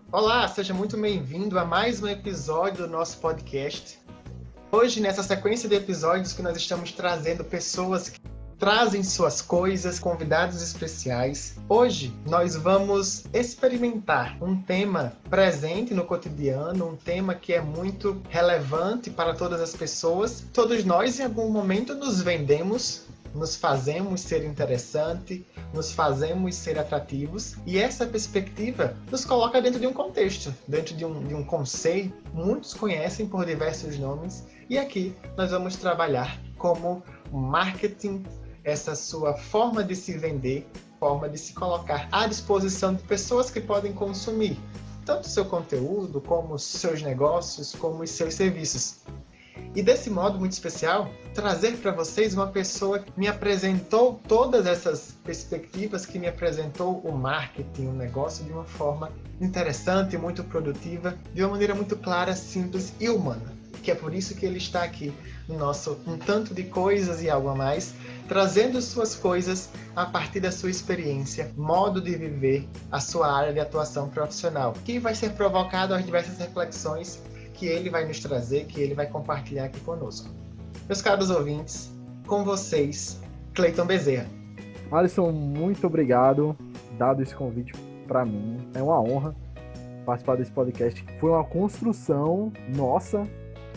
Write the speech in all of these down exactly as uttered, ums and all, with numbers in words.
Olá, seja muito bem-vindo a mais um episódio do nosso podcast. Hoje, nessa sequência de episódios que nós estamos trazendo pessoas que trazem suas coisas, convidados especiais. Hoje, nós vamos experimentar um tema presente no cotidiano, um tema que é muito relevante para todas as pessoas. Todos nós, em algum momento, nos vendemos, nos fazemos ser interessante, nos fazemos ser atrativos, e essa perspectiva nos coloca dentro de um contexto, dentro de um, de um conceito. Muitos conhecem por diversos nomes, e aqui nós vamos trabalhar como marketing, essa sua forma de se vender, forma de se colocar à disposição de pessoas que podem consumir tanto o seu conteúdo, como os seus negócios, como os seus serviços. E desse modo muito especial, trazer para vocês uma pessoa que me apresentou todas essas perspectivas, que me apresentou o marketing, o negócio de uma forma interessante, muito produtiva, de uma maneira muito clara, simples e humana. Que é por isso que ele está aqui no nosso Um Tanto de Coisas e Algo a Mais, trazendo suas coisas a partir da sua experiência, modo de viver, a sua área de atuação profissional, que vai ser provocado às diversas reflexões que ele vai nos trazer, que ele vai compartilhar aqui conosco. Meus caros ouvintes, com vocês, Cleiton Bezerra. Alisson, muito obrigado, dado esse convite para mim. É uma honra participar desse podcast. Foi uma construção nossa,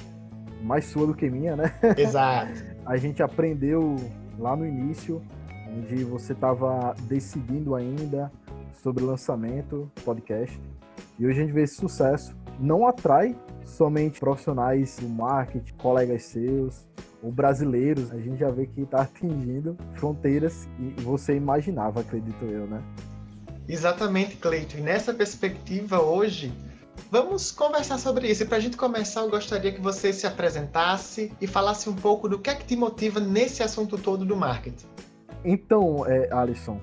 mais sua do que minha, né? Exato. A gente aprendeu lá no início, onde você estava decidindo ainda sobre o lançamento do podcast. E hoje a gente vê esse sucesso. Não atrai somente profissionais do marketing, colegas seus, ou brasileiros. A gente já vê que está atingindo fronteiras que você imaginava, acredito eu, né? Exatamente, Cleiton. E nessa perspectiva, hoje, vamos conversar sobre isso. E para a gente começar, eu gostaria que você se apresentasse e falasse um pouco do que é que te motiva nesse assunto todo do marketing. Então, é, Alisson,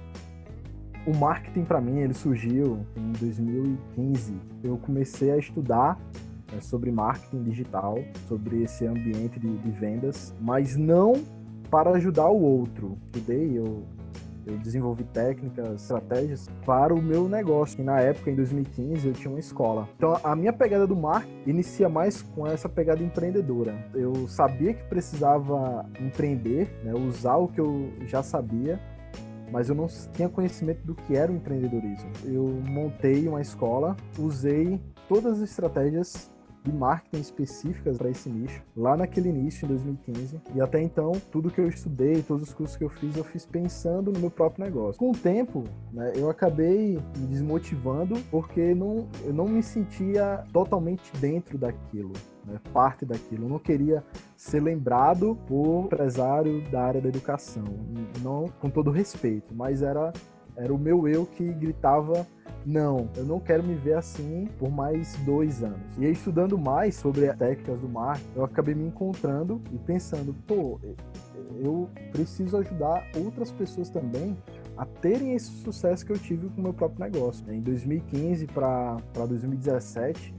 o marketing para mim ele surgiu em dois mil e quinze. Eu comecei a estudar é, sobre marketing digital, sobre esse ambiente de, de vendas, mas não para ajudar o outro. Estudei, eu, eu desenvolvi técnicas, estratégias para o meu negócio. E na época, em dois mil e quinze, eu tinha uma escola. Então, a minha pegada do marketing inicia mais com essa pegada empreendedora. Eu sabia que precisava empreender, né, usar o que eu já sabia, mas eu não tinha conhecimento do que era o empreendedorismo. Eu montei uma escola, usei todas as estratégias de marketing específicas para esse nicho, lá naquele início, em dois mil e quinze, e até então, tudo que eu estudei, todos os cursos que eu fiz, eu fiz pensando no meu próprio negócio. Com o tempo, né, eu acabei me desmotivando, porque não, eu não me sentia totalmente dentro daquilo, né, parte daquilo. Eu não queria ser lembrado por empresário da área da educação, não com todo respeito, mas era, era o meu eu que gritava: não, eu não quero me ver assim por mais dois anos. E aí, estudando mais sobre as técnicas do marketing, eu acabei me encontrando e pensando, pô, eu preciso ajudar outras pessoas também a terem esse sucesso que eu tive com o meu próprio negócio. Em dois mil e quinze para dois mil e dezessete,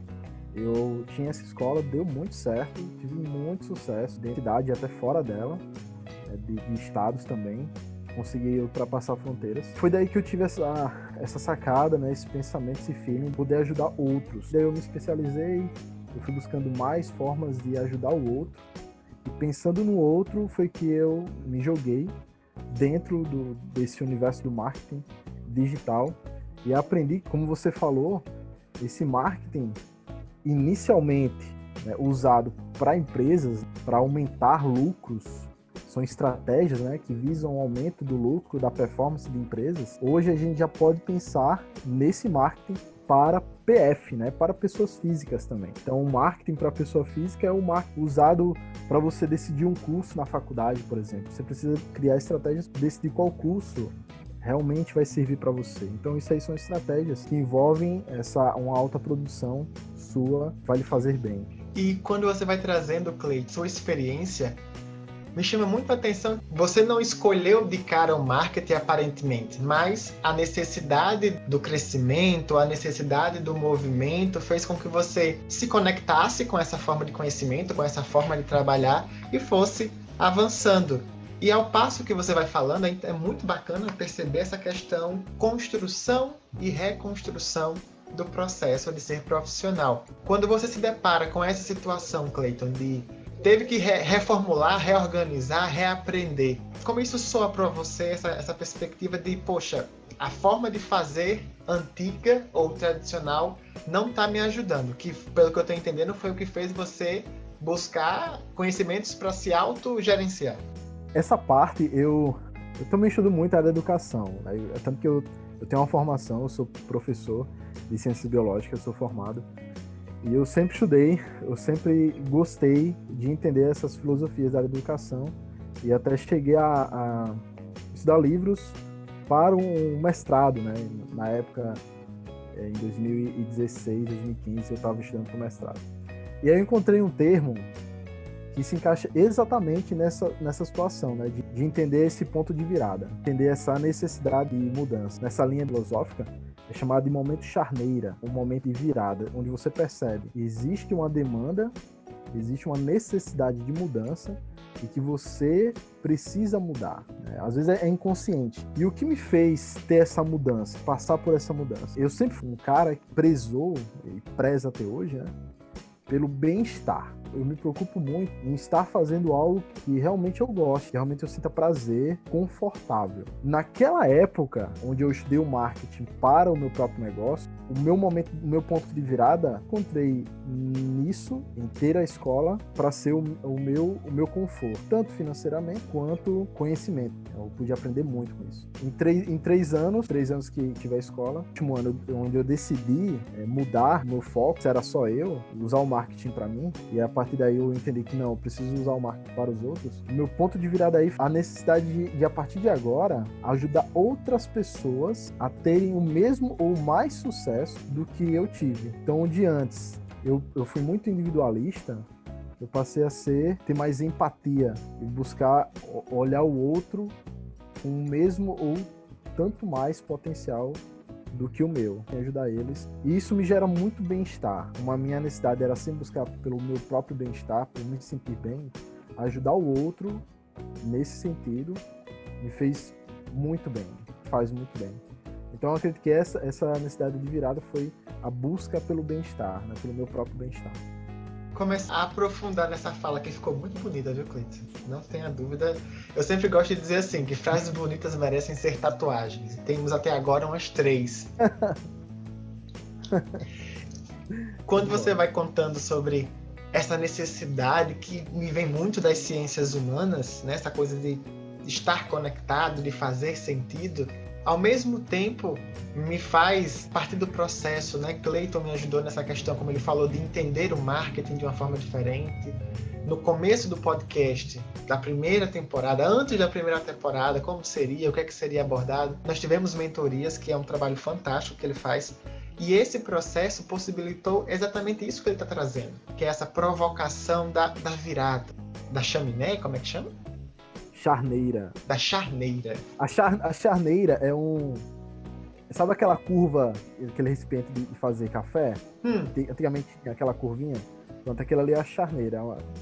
eu tinha essa escola, deu muito certo, tive muito sucesso, dentro da cidade e até fora dela, de, de estados também. Consegui ultrapassar fronteiras. Foi daí que eu tive essa, essa sacada, né, esse pensamento, esse feeling, poder ajudar outros. Daí eu me especializei, eu fui buscando mais formas de ajudar o outro. E pensando no outro, foi que eu me joguei dentro do, desse universo do marketing digital e aprendi, como você falou, esse marketing inicialmente, né, usado para empresas, para aumentar lucros. São estratégias, né, que visam o aumento do lucro, da performance de empresas. Hoje a gente já pode pensar nesse marketing para P F, né, para pessoas físicas também. Então, o marketing para pessoa física é o marketing usado para você decidir um curso na faculdade, por exemplo. Você precisa criar estratégias para decidir qual curso realmente vai servir para você. Então, isso aí são estratégias que envolvem essa, uma alta produção sua, vai lhe fazer bem. E quando você vai trazendo, Cleiton, sua experiência, me chama muito a atenção, você não escolheu de cara o marketing aparentemente, mas a necessidade do crescimento, a necessidade do movimento fez com que você se conectasse com essa forma de conhecimento, com essa forma de trabalhar e fosse avançando. E ao passo que você vai falando, é muito bacana perceber essa questão construção e reconstrução do processo de ser profissional. Quando você se depara com essa situação, Cleiton, de teve que re- reformular, reorganizar, reaprender, como isso soa para você, essa, essa perspectiva de, poxa, a forma de fazer antiga ou tradicional não está me ajudando, que pelo que eu estou entendendo foi o que fez você buscar conhecimentos para se autogerenciar. Essa parte eu, eu também estudo muito a área da educação, né? Tanto que eu, eu tenho uma formação, eu sou professor de ciências biológicas, eu sou formado, e eu sempre estudei, eu sempre gostei de entender essas filosofias da área da educação, e até cheguei a, a estudar livros para um mestrado, né? Na época, em dois mil e dezesseis, dois mil e quinze, eu estava estudando para o mestrado. E aí eu encontrei um termo que se encaixa exatamente nessa, nessa situação, né? De, de entender esse ponto de virada, entender essa necessidade de mudança. Nessa linha filosófica, é chamado de momento charneira, um momento de virada, onde você percebe que existe uma demanda, existe uma necessidade de mudança e que você precisa mudar, né? Às vezes é inconsciente. E o que me fez ter essa mudança, passar por essa mudança? Eu sempre fui um cara que prezou, e preza até hoje, né? Pelo bem-estar. Eu me preocupo muito em estar fazendo algo que realmente eu gosto, que realmente eu sinta prazer, confortável. Naquela época, onde eu estudei o marketing para o meu próprio negócio, o meu momento, o meu ponto de virada, encontrei nisso, em ter a escola, para ser o, o, meu, o meu conforto, tanto financeiramente quanto conhecimento. Eu pude aprender muito com isso. Em três, em três anos, três anos que tive a escola, último ano onde eu decidi é, mudar meu foco, era só eu, usar o marketing para mim, e a partir daí eu entendi que não, eu preciso usar o marketing para os outros. O meu ponto de virada aí, a necessidade de, de, a partir de agora, ajudar outras pessoas a terem o mesmo ou mais sucesso do que eu tive. Então, onde antes eu, eu fui muito individualista, eu passei a ser, ter mais empatia e buscar olhar o outro com o mesmo ou tanto mais potencial do que o meu, e ajudar eles. E isso me gera muito bem-estar. Uma minha necessidade era sempre buscar pelo meu próprio bem-estar, por me sentir bem, ajudar o outro nesse sentido me fez muito bem, faz muito bem. Então eu acredito que essa, essa necessidade de virada foi a busca pelo bem-estar, né, pelo meu próprio bem-estar. Começar a aprofundar nessa fala que ficou muito bonita, viu, Cleiton? Não tenha dúvida. Eu sempre gosto de dizer assim, que frases bonitas merecem ser tatuagens. E temos até agora umas três. Quando você vai contando sobre essa necessidade que me vem muito das ciências humanas, né? Essa coisa de estar conectado, de fazer sentido, ao mesmo tempo me faz partir do processo, né? Cleiton me ajudou nessa questão, como ele falou, de entender o marketing de uma forma diferente. No começo do podcast, da primeira temporada, antes da primeira temporada, como seria, o que é que seria abordado, nós tivemos mentorias, que é um trabalho fantástico que ele faz, e esse processo possibilitou exatamente isso que ele está trazendo, que é essa provocação da, da virada, da chaminé, como é que chama? Charneira. Da charneira. A, char, a charneira é um... Sabe aquela curva, aquele recipiente de fazer café? Hum. Antigamente tinha aquela curvinha. Pronto, aquela ali é a charneira.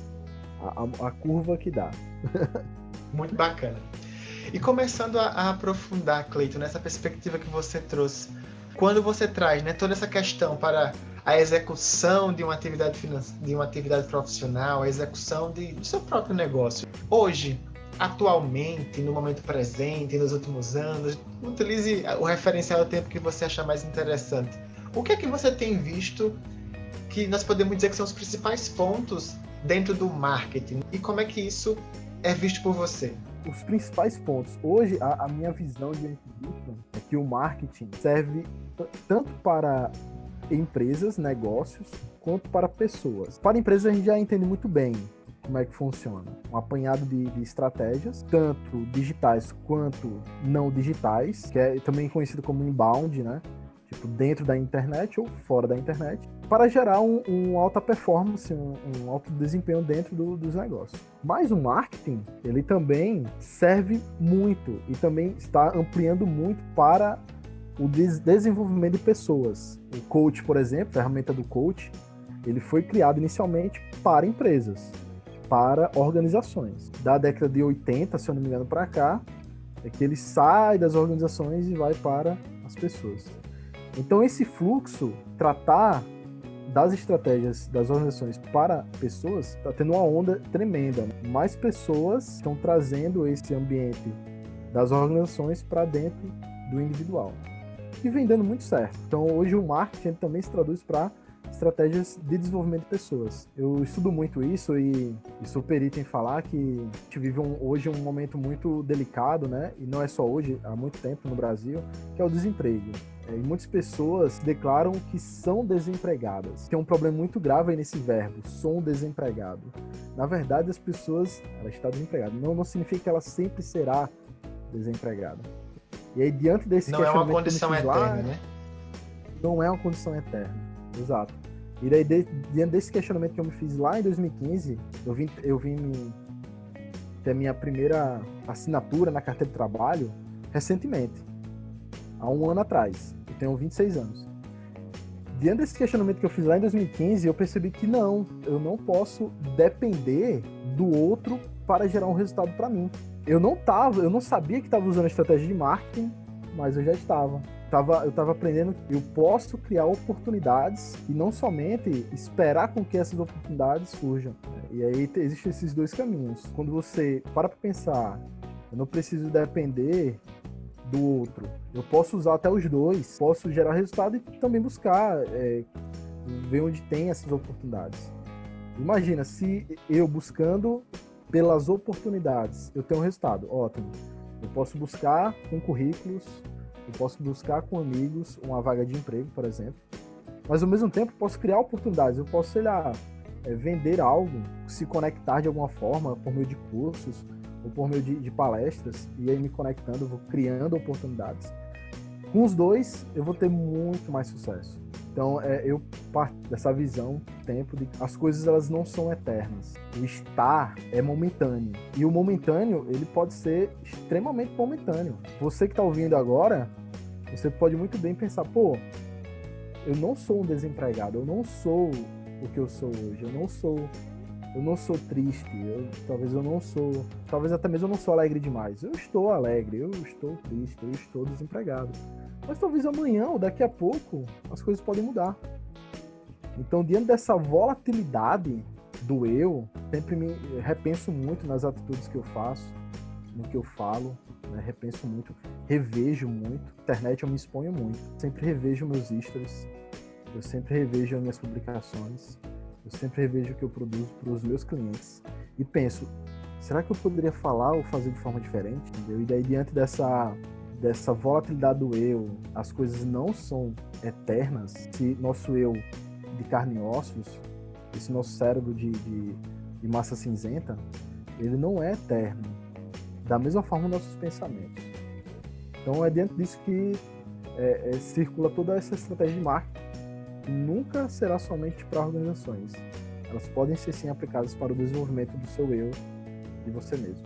A, a, a curva que dá. Muito bacana. E começando a, a aprofundar, Cleiton, nessa perspectiva que você trouxe, quando você traz, né, toda essa questão para a execução de uma atividade financeira, de uma atividade profissional, a execução de, do seu próprio negócio. Hoje, atualmente, no momento presente, nos últimos anos, utilize o referencial do tempo que você achar mais interessante. O que é que você tem visto que nós podemos dizer que são os principais pontos dentro do marketing? E como é que isso é visto por você? Os principais pontos. Hoje, a, a minha visão diante disso é que o marketing serve t- tanto para empresas, negócios, quanto para pessoas. Para empresas, a gente já entende muito bem como é que funciona. Um apanhado de, de estratégias, tanto digitais quanto não digitais, que é também conhecido como inbound, né? Tipo, dentro da internet ou fora da internet, para gerar um, um alta performance, um, um alto desempenho dentro do, dos negócios. Mas o marketing, ele também serve muito e também está ampliando muito para o des- desenvolvimento de pessoas. O coach, por exemplo, a ferramenta do coach, ele foi criado inicialmente para empresas, para organizações. Da década de oitenta, se eu não me engano, para cá, é que ele sai das organizações e vai para as pessoas. Então, esse fluxo, tratar das estratégias das organizações para pessoas, está tendo uma onda tremenda. Mais pessoas estão trazendo esse ambiente das organizações para dentro do individual. E vem dando muito certo. Então, hoje o marketing também se traduz para estratégias de desenvolvimento de pessoas. Eu estudo muito isso e, e sou perito em falar que a gente vive um, hoje um momento muito delicado, né? E não é só hoje, há muito tempo no Brasil, que é o desemprego. É, e muitas pessoas declaram que são desempregadas. Tem um problema muito grave aí nesse verbo, sou um desempregado. Na verdade, as pessoas, ela está desempregada. Não, não significa que ela sempre será desempregada. E aí, diante desse não é uma condição eterna, lá, né? Não é uma condição eterna, exato. E daí, de, diante desse questionamento que eu me fiz lá em dois mil e quinze, eu vim, eu vim me, ter a minha primeira assinatura na carteira de trabalho recentemente, há um ano atrás. Eu tenho vinte e seis anos. Diante desse questionamento que eu fiz lá em dois mil e quinze, eu percebi que não, eu não posso depender do outro para gerar um resultado para mim. Eu não tava, eu não sabia que estava usando a estratégia de marketing, mas eu já estava. Tava, eu estava aprendendo que eu posso criar oportunidades e não somente esperar com que essas oportunidades surjam. E aí existem esses dois caminhos. Quando você para para pensar, eu não preciso depender do outro. Eu posso usar até os dois, posso gerar resultado e também buscar é, ver onde tem essas oportunidades. Imagina, se eu buscando pelas oportunidades eu tenho um resultado, ótimo. Eu posso buscar com currículos, eu posso buscar com amigos uma vaga de emprego, por exemplo, mas ao mesmo tempo eu posso criar oportunidades, eu posso, sei lá, é, vender algo, se conectar de alguma forma por meio de cursos ou por meio de, de palestras, e aí me conectando, eu vou criando oportunidades. Com os dois, eu vou ter muito mais sucesso. Então, é, eu parto dessa visão, tempo, de as coisas elas não são eternas. O estar é momentâneo. E o momentâneo, ele pode ser extremamente momentâneo. Você que está ouvindo agora, você pode muito bem pensar, pô, eu não sou um desempregado, eu não sou o que eu sou hoje, eu não sou, eu não sou triste, eu, talvez eu não sou, talvez até mesmo eu não sou alegre demais. Eu estou alegre, eu estou triste, eu estou desempregado. Mas talvez amanhã ou daqui a pouco as coisas podem mudar. Então, diante dessa volatilidade do eu, sempre me repenso muito nas atitudes que eu faço, no que eu falo, né? Repenso muito, revejo muito. Na internet eu me exponho muito. Sempre revejo meus stories, eu sempre revejo as minhas publicações, eu sempre revejo o que eu produzo para os meus clientes e penso, será que eu poderia falar ou fazer de forma diferente? Entendeu? E daí, diante dessa... dessa volatilidade do eu, as coisas não são eternas. Se nosso eu de carne e ossos, esse nosso cérebro de, de, de massa cinzenta, ele não é eterno. Da mesma forma, nossos pensamentos. Então, é dentro disso que é, é, circula toda essa estratégia de marketing, que nunca será somente para organizações. Elas podem ser, sim, aplicadas para o desenvolvimento do seu eu e você mesmo.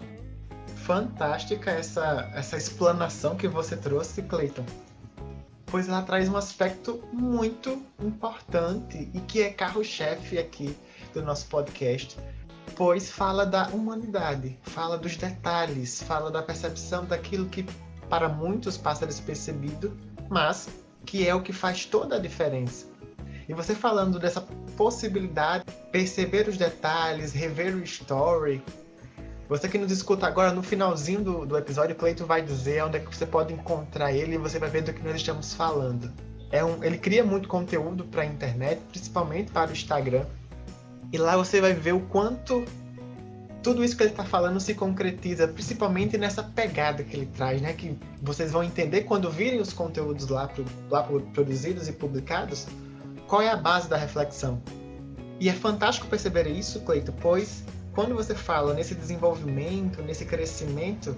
Fantástica essa, essa explanação que você trouxe, Cleiton, pois ela traz um aspecto muito importante e que é carro-chefe aqui do nosso podcast, pois fala da humanidade, fala dos detalhes, fala da percepção daquilo que para muitos passa despercebido, mas que é o que faz toda a diferença. E você falando dessa possibilidade de perceber os detalhes, rever o story. Você que nos escuta agora, no finalzinho do, do episódio, o Cleiton vai dizer onde é que você pode encontrar ele e você vai ver do que nós estamos falando. É um, ele cria muito conteúdo para a internet, principalmente para o Instagram. E lá você vai ver o quanto tudo isso que ele está falando se concretiza, principalmente nessa pegada que ele traz, né? Que vocês vão entender quando virem os conteúdos lá, lá produzidos e publicados, qual é a base da reflexão. E é fantástico perceber isso, Cleiton, pois quando você fala nesse desenvolvimento, nesse crescimento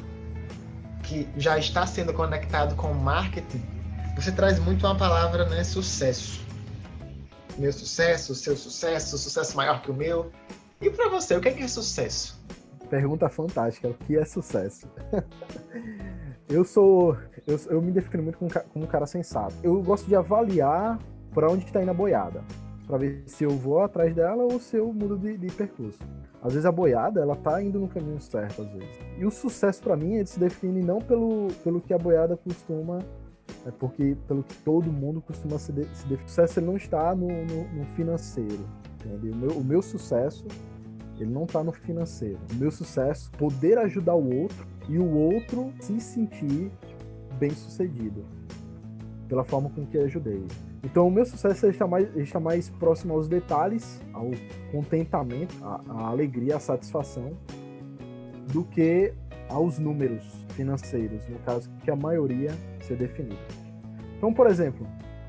que já está sendo conectado com o marketing, você traz muito uma palavra, né, sucesso. Meu sucesso, seu sucesso, sucesso maior que o meu. E para você, o que é, que é sucesso? Pergunta fantástica, o que é sucesso? eu sou, eu, eu me defino muito como, como um cara sensato. Eu gosto de avaliar para onde está indo a boiada, para ver se eu vou atrás dela ou se eu mudo de, de percurso. Às vezes a boiada, ela tá indo no caminho certo, às vezes. E o sucesso, para mim, ele se define não pelo, pelo que a boiada costuma é porque, pelo que todo mundo costuma se, de, se definir, o sucesso ele não está no, no, no financeiro. Entendeu? O, meu, o meu sucesso, ele não está no financeiro. O meu sucesso é poder ajudar o outro e o outro se sentir bem sucedido pela forma com que eu ajudei. Então, o meu sucesso está mais, está mais próximo aos detalhes, ao contentamento, à, à alegria, à satisfação, do que aos números financeiros, no caso, que a maioria se definiu. Então, por exemplo,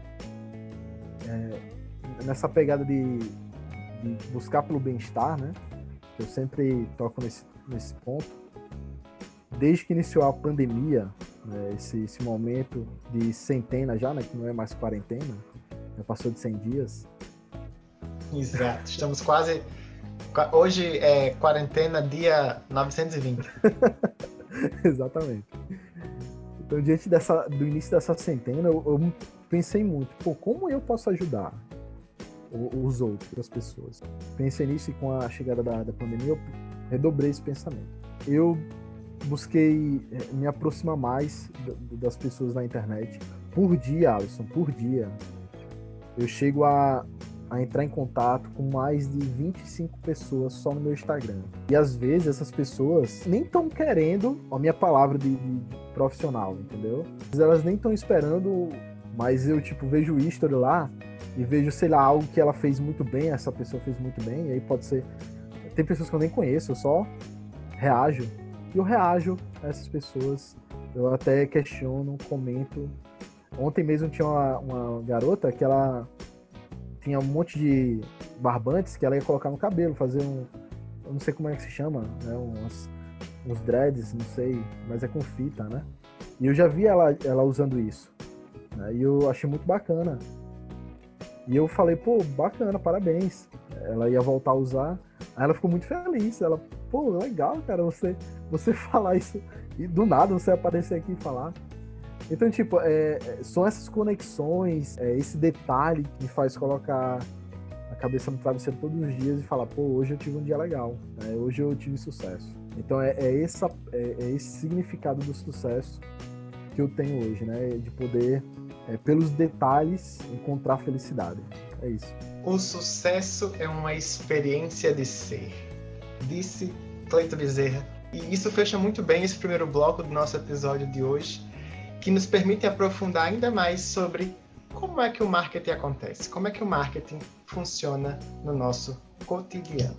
é, nessa pegada de, de buscar pelo bem-estar, né, que eu sempre toco nesse, nesse ponto, desde que iniciou a pandemia, né, esse, esse momento de centena já, né, que não é mais quarentena, já passou de cem dias. Exato, estamos quase... Hoje é quarentena dia novecentos e vinte. Exatamente. Então, diante dessa, do início dessa centena, eu, eu pensei muito, pô, como eu posso ajudar os outros, as pessoas? Pensei nisso e com a chegada da, da pandemia, eu redobrei esse pensamento. Eu busquei me aproximar mais das pessoas na internet. Por dia, Alisson, por dia, eu chego a, a entrar em contato com mais de vinte e cinco pessoas só no meu Instagram. E às vezes essas pessoas nem estão querendo a minha palavra de, de, de profissional, entendeu? Elas nem estão esperando, mas eu tipo vejo o history lá e vejo, sei lá, algo que ela fez muito bem, essa pessoa fez muito bem, e aí pode ser... Tem pessoas que eu nem conheço, eu só reajo. E eu reajo a essas pessoas, eu até questiono, comento. Ontem mesmo tinha uma, uma garota que ela tinha um monte de barbantes que ela ia colocar no cabelo, fazer um... Eu não sei como é que se chama, né? Uns, uns dreads, não sei, mas é com fita, né? E eu já vi ela, ela usando isso, né? E eu achei muito bacana. E eu falei, pô, bacana, parabéns. Ela ia voltar a usar. Aí ela ficou muito feliz. Ela, pô, legal, cara, você, você falar isso. E do nada você aparecer aqui e falar. Então, tipo, é, são essas conexões, é, esse detalhe que me faz colocar a cabeça no travesseiro todos os dias e falar, pô, hoje eu tive um dia legal, né? Hoje eu tive sucesso. Então, é, é, essa, é, é esse significado do sucesso que eu tenho hoje, né? De poder, é, pelos detalhes, encontrar felicidade. É isso. O sucesso é uma experiência de ser, disse Cleiton Bezerra. E isso fecha muito bem esse primeiro bloco do nosso episódio de hoje, que nos permite aprofundar ainda mais sobre como é que o marketing acontece, como é que o marketing funciona no nosso cotidiano.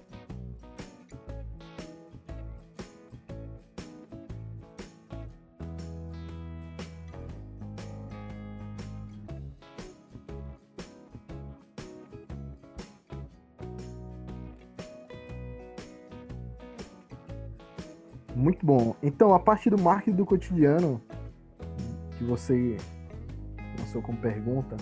Muito bom. Então, a parte do marketing do cotidiano, que você lançou como pergunta,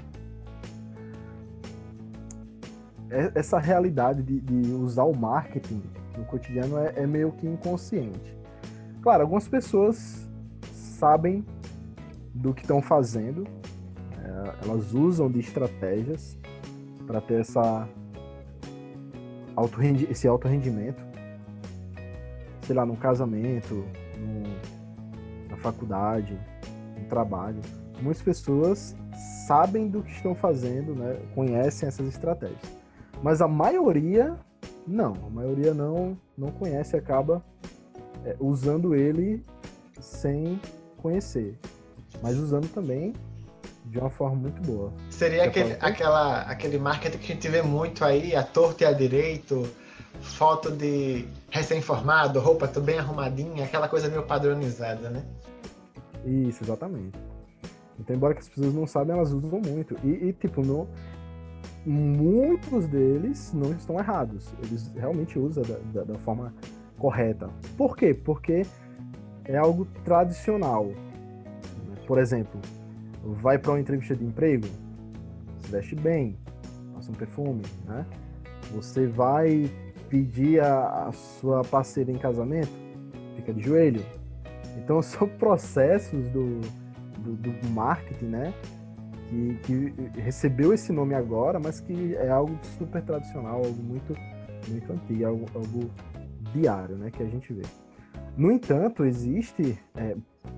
essa realidade de, de usar o marketing no cotidiano é, é meio que inconsciente. Claro, algumas pessoas sabem do que estão fazendo, é, elas usam de estratégias para ter essa auto esse alto rendimento, sei lá, num casamento, no, na faculdade, no trabalho. Muitas pessoas sabem do que estão fazendo, né? Conhecem essas estratégias. Mas a maioria, não. A maioria não, não conhece e acaba é, usando ele sem conhecer. Mas usando também de uma forma muito boa. Seria aquele, aquela, aquele marketing que a gente vê muito aí, à torta e à direito, foto de recém-formado, roupa tudo bem arrumadinha, aquela coisa meio padronizada, né? Isso, exatamente. Então, embora que as pessoas não sabem, elas usam muito. E, e tipo, no, muitos deles não estão errados. Eles realmente usam da, da, da forma correta. Por quê? Porque é algo tradicional. Por exemplo, vai para uma entrevista de emprego, se veste bem, passa um perfume, né? Você vai pedir a, a sua parceira em casamento, fica de joelho. Então são processos do, do, do marketing, né? Que, que recebeu esse nome agora, mas que é algo super tradicional, algo muito, muito antigo, algo, algo diário, né? Que a gente vê. No entanto, existe é,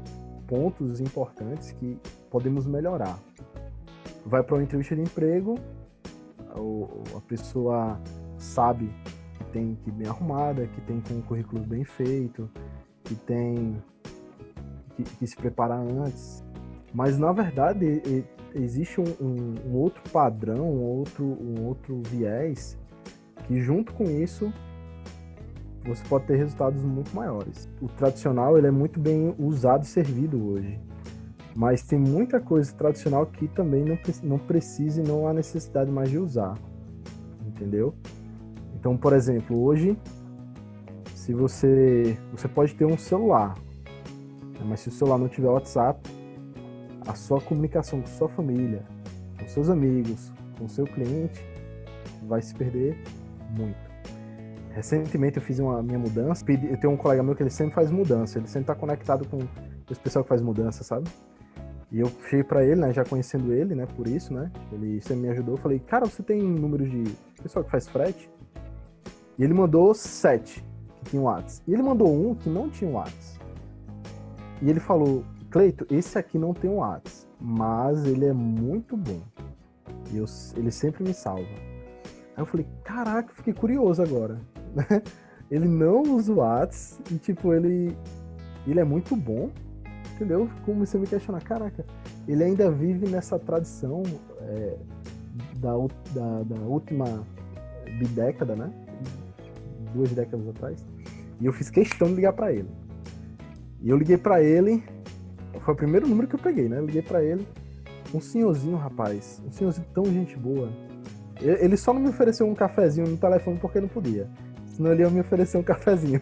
pontos importantes que podemos melhorar. Vai para uma entrevista de emprego, a pessoa sabe que tem que ir bem arrumada, que tem com um currículo bem feito, que tem que, que se preparar antes. Mas, na verdade, existe um, um, um outro padrão, um outro, um outro viés, que junto com isso você pode ter resultados muito maiores. O tradicional ele é muito bem usado e servido hoje, mas tem muita coisa tradicional que também não, não precisa e não há necessidade mais de usar, entendeu? Então, por exemplo, hoje, se você, você pode ter um celular, mas se o celular não tiver WhatsApp, a sua comunicação com sua família, com seus amigos, com seu cliente, vai se perder muito. Recentemente eu fiz uma minha mudança, eu tenho um colega meu que ele sempre faz mudança, ele sempre está conectado com esse pessoal que faz mudança, sabe? E eu cheguei pra ele, né, já conhecendo ele, né, por isso, né, ele sempre me ajudou, eu falei, cara, você tem números de pessoal que faz frete? E ele mandou sete que tinham WhatsApp, e ele mandou um que não tinha WhatsApp. E ele falou, Cleito, esse aqui não tem WhatsApp, mas ele é muito bom, e eu, ele sempre me salva. Aí eu falei, caraca, fiquei curioso agora. Ele não usa o WhatsApp e, tipo, ele, ele é muito bom, entendeu? Comecei a me questionar, caraca, ele ainda vive nessa tradição é, da, da, da última década, né? Duas décadas atrás. E eu fiz questão de ligar pra ele. E eu liguei pra ele, foi o primeiro número que eu peguei, né? Eu liguei pra ele, um senhorzinho, rapaz, um senhorzinho tão gente boa. Ele só não me ofereceu um cafezinho no telefone porque não podia. Senão ele ia me oferecer um cafezinho.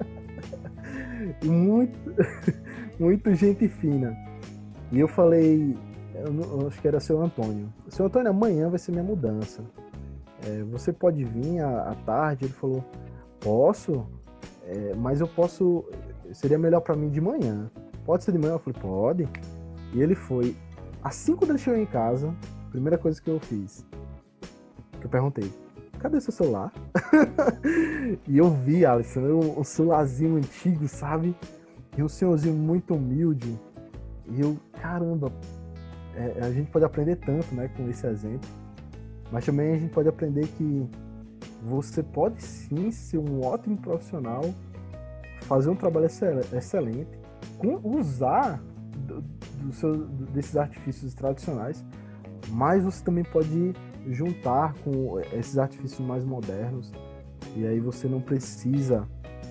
E muito, muito gente fina. E eu falei, eu, não, eu acho que era seu Antônio. Seu Antônio, amanhã vai ser minha mudança. É, você pode vir à, à tarde? Ele falou, posso, é, mas eu posso, seria melhor pra mim de manhã. Pode ser de manhã? Eu falei, pode. E ele foi. Assim que ele chegou em casa, a primeira coisa que eu fiz, eu perguntei, cadê seu celular? E eu vi, Alisson, um, um celularzinho antigo, sabe? E um senhorzinho muito humilde. E eu, caramba, é, a gente pode aprender tanto, né, com esse exemplo. Mas também a gente pode aprender que você pode sim ser um ótimo profissional, fazer um trabalho excelente, com, usar do, do seu, desses artifícios tradicionais, mas você também pode juntar com esses artifícios mais modernos, e aí você não precisa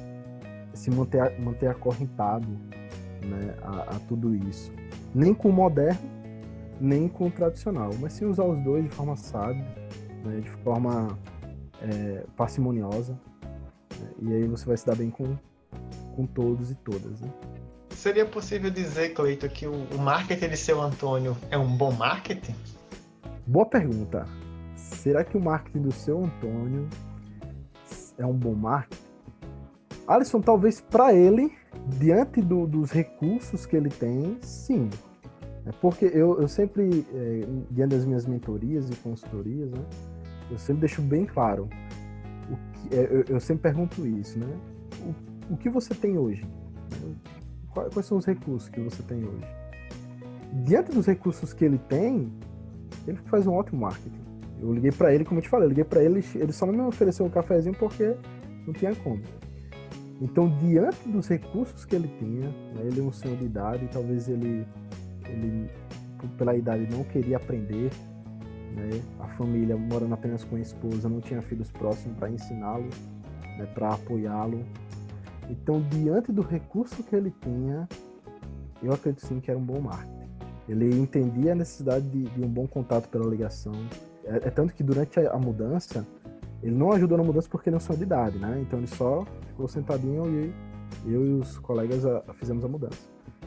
se manter, manter acorrentado, né, a, a tudo isso. Nem com o moderno, nem com o tradicional, mas sim usar os dois de forma sábia, né, de forma é, parcimoniosa, né, e aí você vai se dar bem com, com todos e todas, né? Seria possível dizer, Cleito, que o, o marketing de seu Antônio é um bom marketing? Boa pergunta. Será que o marketing do seu Antônio é um bom marketing? Alisson, talvez para ele, diante do, dos recursos que ele tem, sim. Porque eu, eu sempre, é, diante das minhas mentorias e consultorias, né, eu sempre deixo bem claro, o que, é, eu, eu sempre pergunto isso, né? O, o que você tem hoje? Quais, quais são os recursos que você tem hoje? Diante dos recursos que ele tem, ele faz um ótimo marketing. Eu liguei pra ele, como eu te falei, eu liguei pra ele, ele só não me ofereceu um cafezinho porque não tinha como. Então, diante dos recursos que ele tinha, né, ele é um senhor de idade, talvez ele, ele, pela idade, não queria aprender, né, a família, morando apenas com a esposa, não tinha filhos próximos para ensiná-lo, né, para apoiá-lo. Então, diante do recurso que ele tinha, eu acredito sim que era um bom marketing. Ele entendia a necessidade de, de um bom contato pela ligação. É, é tanto que durante a, a mudança, ele não ajudou na mudança porque ele não saiu de idade, né? Então ele só ficou sentadinho e eu e os colegas a, a fizemos a mudança.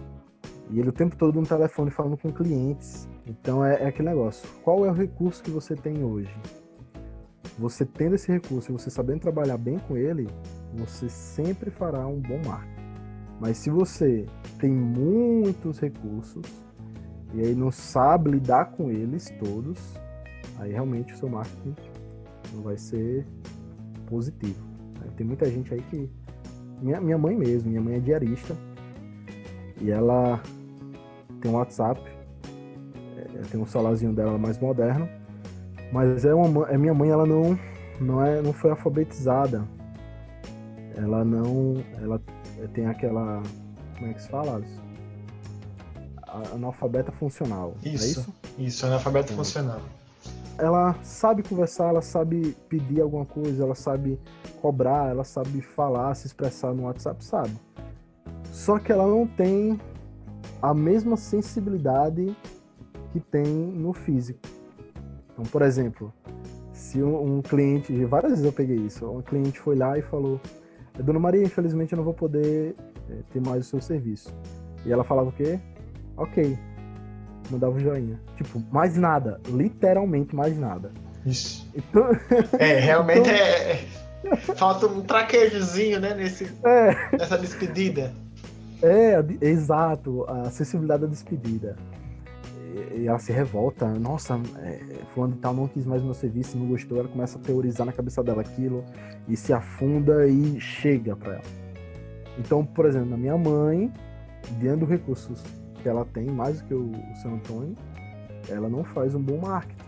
E ele o tempo todo no telefone falando com clientes. Então é, é aquele negócio. Qual é o recurso que você tem hoje? Você tendo esse recurso e você sabendo trabalhar bem com ele, você sempre fará um bom marketing. Mas se você tem muitos recursos e aí não sabe lidar com eles todos, aí realmente o seu marketing não vai ser positivo. Tem muita gente aí que... Minha, minha mãe mesmo, minha mãe é diarista, e ela tem um WhatsApp, é, tem um celularzinho dela mais moderno, mas é uma, é minha mãe, ela não, não, é, não foi alfabetizada. Ela não, ela tem aquela, como é que se fala? Analfabeta funcional, Isso, é isso? Isso, analfabeta Então, funcional. ela sabe conversar, ela sabe pedir alguma coisa, ela sabe cobrar, ela sabe falar, se expressar no WhatsApp, sabe. Só que ela não tem a mesma sensibilidade que tem no físico. Então, por exemplo, se um, um cliente, várias vezes eu peguei isso, um cliente foi lá e falou: Dona Maria, infelizmente eu não vou poder é, ter mais o seu serviço. E ela falava o quê? Ok. Mandava um joinha. Tipo, mais nada. Literalmente mais nada. Isso. Então... É, realmente então... é... Falta um traquejozinho, né? Nesse... É. Nessa despedida. É, exato. A sensibilidade da despedida. E ela se revolta. Nossa, é, fulano de tal não quis mais meu serviço, não gostou. Ela começa a teorizar na cabeça dela aquilo. E se afunda e chega pra ela. Então, por exemplo, a minha mãe, diante dos recursos que ela tem, mais do que o, o seu Antônio, ela não faz um bom marketing.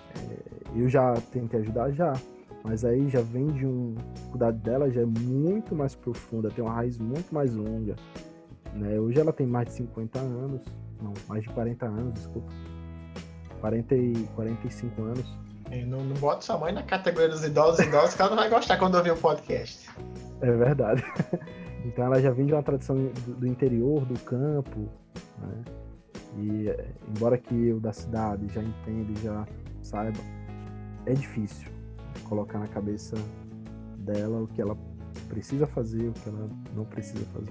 É, eu já tentei ajudar já, mas aí já vem de um... A dificuldade dela já é muito mais profunda, tem uma raiz muito mais longa. Né? Hoje ela tem mais de cinquenta anos, não, mais de quarenta anos, desculpa. quarenta e, quarenta e cinco anos. Eu não, não bota sua mãe na categoria dos idosos idosos, que ela não vai gostar quando ouvir o podcast. É verdade. Então ela já vem de uma tradição do, do interior, do campo, né? E embora que eu da cidade já entenda e já saiba, é difícil colocar na cabeça dela o que ela precisa fazer, o que ela não precisa fazer.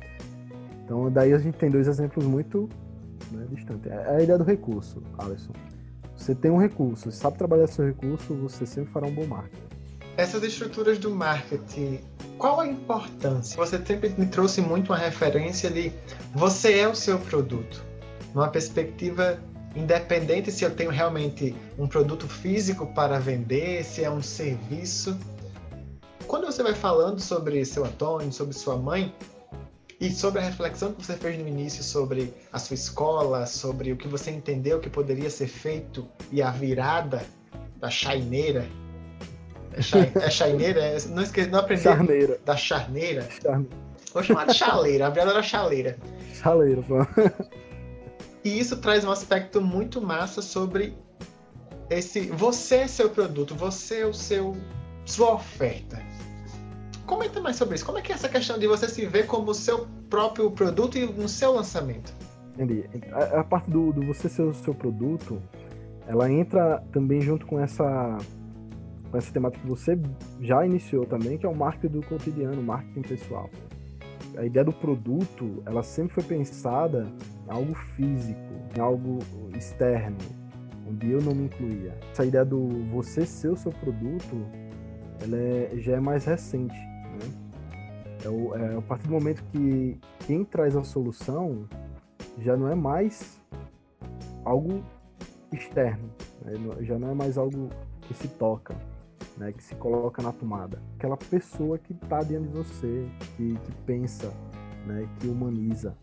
Então daí a gente tem dois exemplos muito, né, distantes. É a ideia do recurso, Alisson. Você tem um recurso, você sabe trabalhar seu recurso, você sempre fará um bom marketing. Essas estruturas do marketing, qual a importância? Você sempre me trouxe muito uma referência de você é o seu produto. Numa perspectiva independente se eu tenho realmente um produto físico para vender, se é um serviço. Quando você vai falando sobre seu Antônio, sobre sua mãe, e sobre a reflexão que você fez no início sobre a sua escola, sobre o que você entendeu que poderia ser feito e a virada da chaineira, é chaineira? É, não, esqueci, não aprendi. Charneira. Da charneira? Charneira. Vou chamar de chaleira. A virada era chaleira. Chaleira, pô. E isso traz um aspecto muito massa sobre esse... Você é seu produto, você é o seu... Sua oferta. Comenta mais sobre isso. Como é que é essa questão de você se ver como o seu próprio produto e no seu lançamento? Entendi. A, a parte do, do você ser o seu produto, ela entra também junto com essa... com essa temática que você já iniciou também, que é o marketing do cotidiano, o marketing pessoal. A ideia do produto, ela sempre foi pensada em algo físico, em algo externo, onde eu não me incluía. Essa ideia do você ser o seu produto, ela é, já é mais recente, né? É, o, é a partir do momento que quem traz a solução já não é mais algo externo, né? Já não é mais algo que se toca, né, que se coloca na tomada. Aquela pessoa que está diante de você, que, que pensa, né, que humaniza.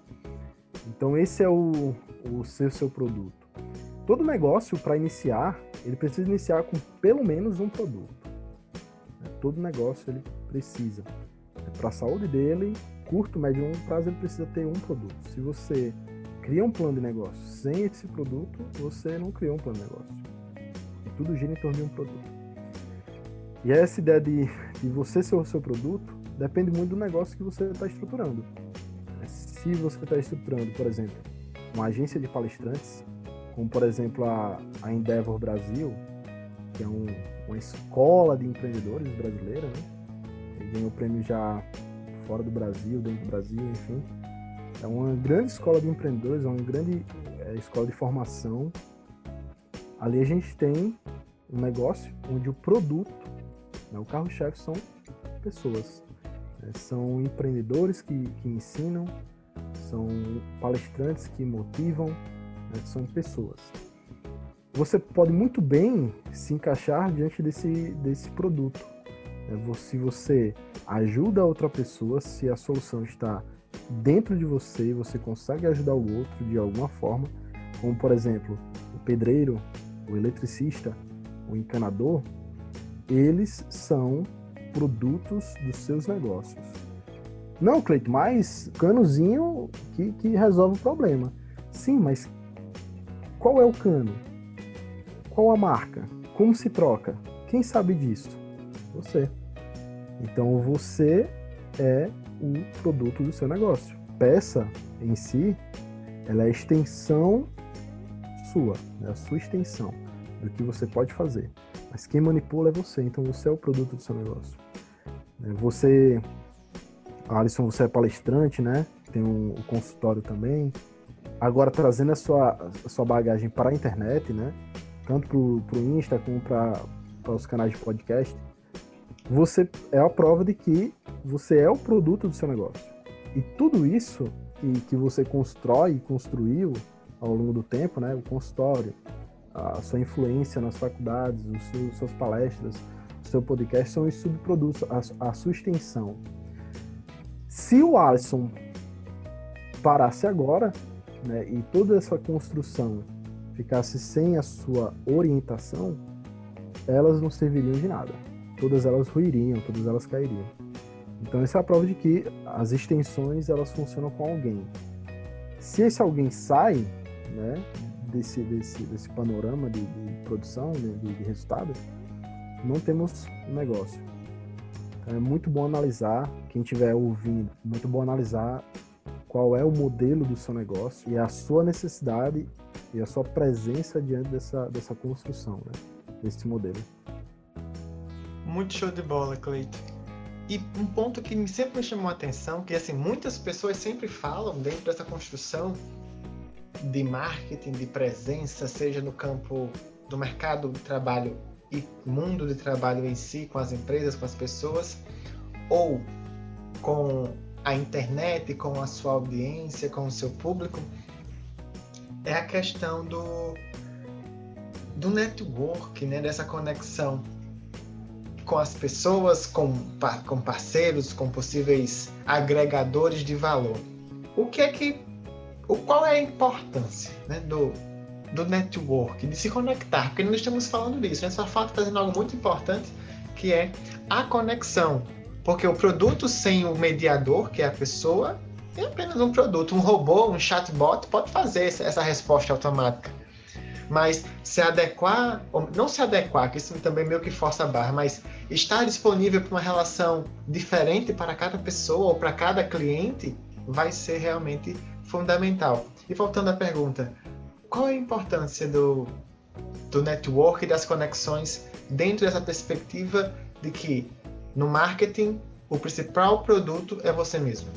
Então esse é o, o ser seu produto. Todo negócio, para iniciar, ele precisa iniciar com pelo menos um produto. Todo negócio ele precisa. Para a saúde dele, curto, médio e longo prazo, ele precisa ter um produto. Se você cria um plano de negócio sem esse produto, você não criou um plano de negócio. E tudo gira em torno de um produto. E essa ideia de, de você ser o seu produto depende muito do negócio que você está estruturando. Se você está estruturando, por exemplo, uma agência de palestrantes, como por exemplo a, a Endeavor Brasil, que é um, uma escola de empreendedores brasileira, né? Ele ganhou prêmio já fora do Brasil, dentro do Brasil, enfim. É uma grande escola de empreendedores, é uma grande é, escola de formação. Ali a gente tem um negócio onde o produto, o carro-chefe são pessoas, né? São empreendedores que, que ensinam, são palestrantes que motivam, né? São pessoas. Você pode muito bem se encaixar diante desse, desse produto. Né? Se você ajuda a outra pessoa, se a solução está dentro de você, você consegue ajudar o outro de alguma forma, como por exemplo, o pedreiro, o eletricista, o encanador, eles são produtos dos seus negócios. Não, Cleiton, mas canozinho que, que resolve o problema. Sim, mas qual é o cano? Qual a marca? Como se troca? Quem sabe disso? Você. Então você é o produto do seu negócio. Peça em si, ela é a extensão sua, é a sua extensão do que você pode fazer. Mas quem manipula é você, então você é o produto do seu negócio. Você, Alisson, você é palestrante, né? Tem um, um consultório também. Agora trazendo a sua, a sua bagagem para a internet, né? Tanto para o Insta como para os canais de podcast, você é a prova de que você é o produto do seu negócio. E tudo isso que, que você constrói e construiu ao longo do tempo, né? O consultório, a sua influência nas faculdades, os seus, suas palestras, o seu podcast, são os subprodutos, a, a sua extensão. Se o Alisson parasse agora, né, e toda essa construção ficasse sem a sua orientação, elas não serviriam de nada. Todas elas ruiriam, todas elas cairiam. Então essa é a prova de que as extensões, elas funcionam com alguém. Se esse alguém sai, né, desse, desse, desse panorama de, de produção, de, de resultado, não temos um negócio. Então é muito bom analisar, quem estiver ouvindo, muito bom analisar qual é o modelo do seu negócio e a sua necessidade e a sua presença diante dessa, dessa construção, né, desse modelo. Muito show de bola, Cleiton. E um ponto que sempre me chamou a atenção, que assim, muitas pessoas sempre falam dentro dessa construção de marketing, de presença, seja no campo do mercado de trabalho e mundo de trabalho em si, com as empresas, com as pessoas, ou com a internet, com a sua audiência, com o seu público, é a questão do, do network, né? Dessa conexão com as pessoas, com, com parceiros, com possíveis agregadores de valor. O que é que, o, qual é a importância, né, do, do network, de se conectar? Porque nós estamos falando disso, né? Só falta trazendo algo muito importante, que é a conexão. Porque o produto sem o mediador, que é a pessoa, é apenas um produto. Um robô, um chatbot pode fazer essa resposta automática. Mas se adequar, ou não se adequar, que isso também meio que força a barra, mas estar disponível para uma relação diferente para cada pessoa ou para cada cliente vai ser realmente fundamental. E voltando à pergunta, qual é a importância do, do network e das conexões dentro dessa perspectiva de que no marketing o principal produto é você mesmo?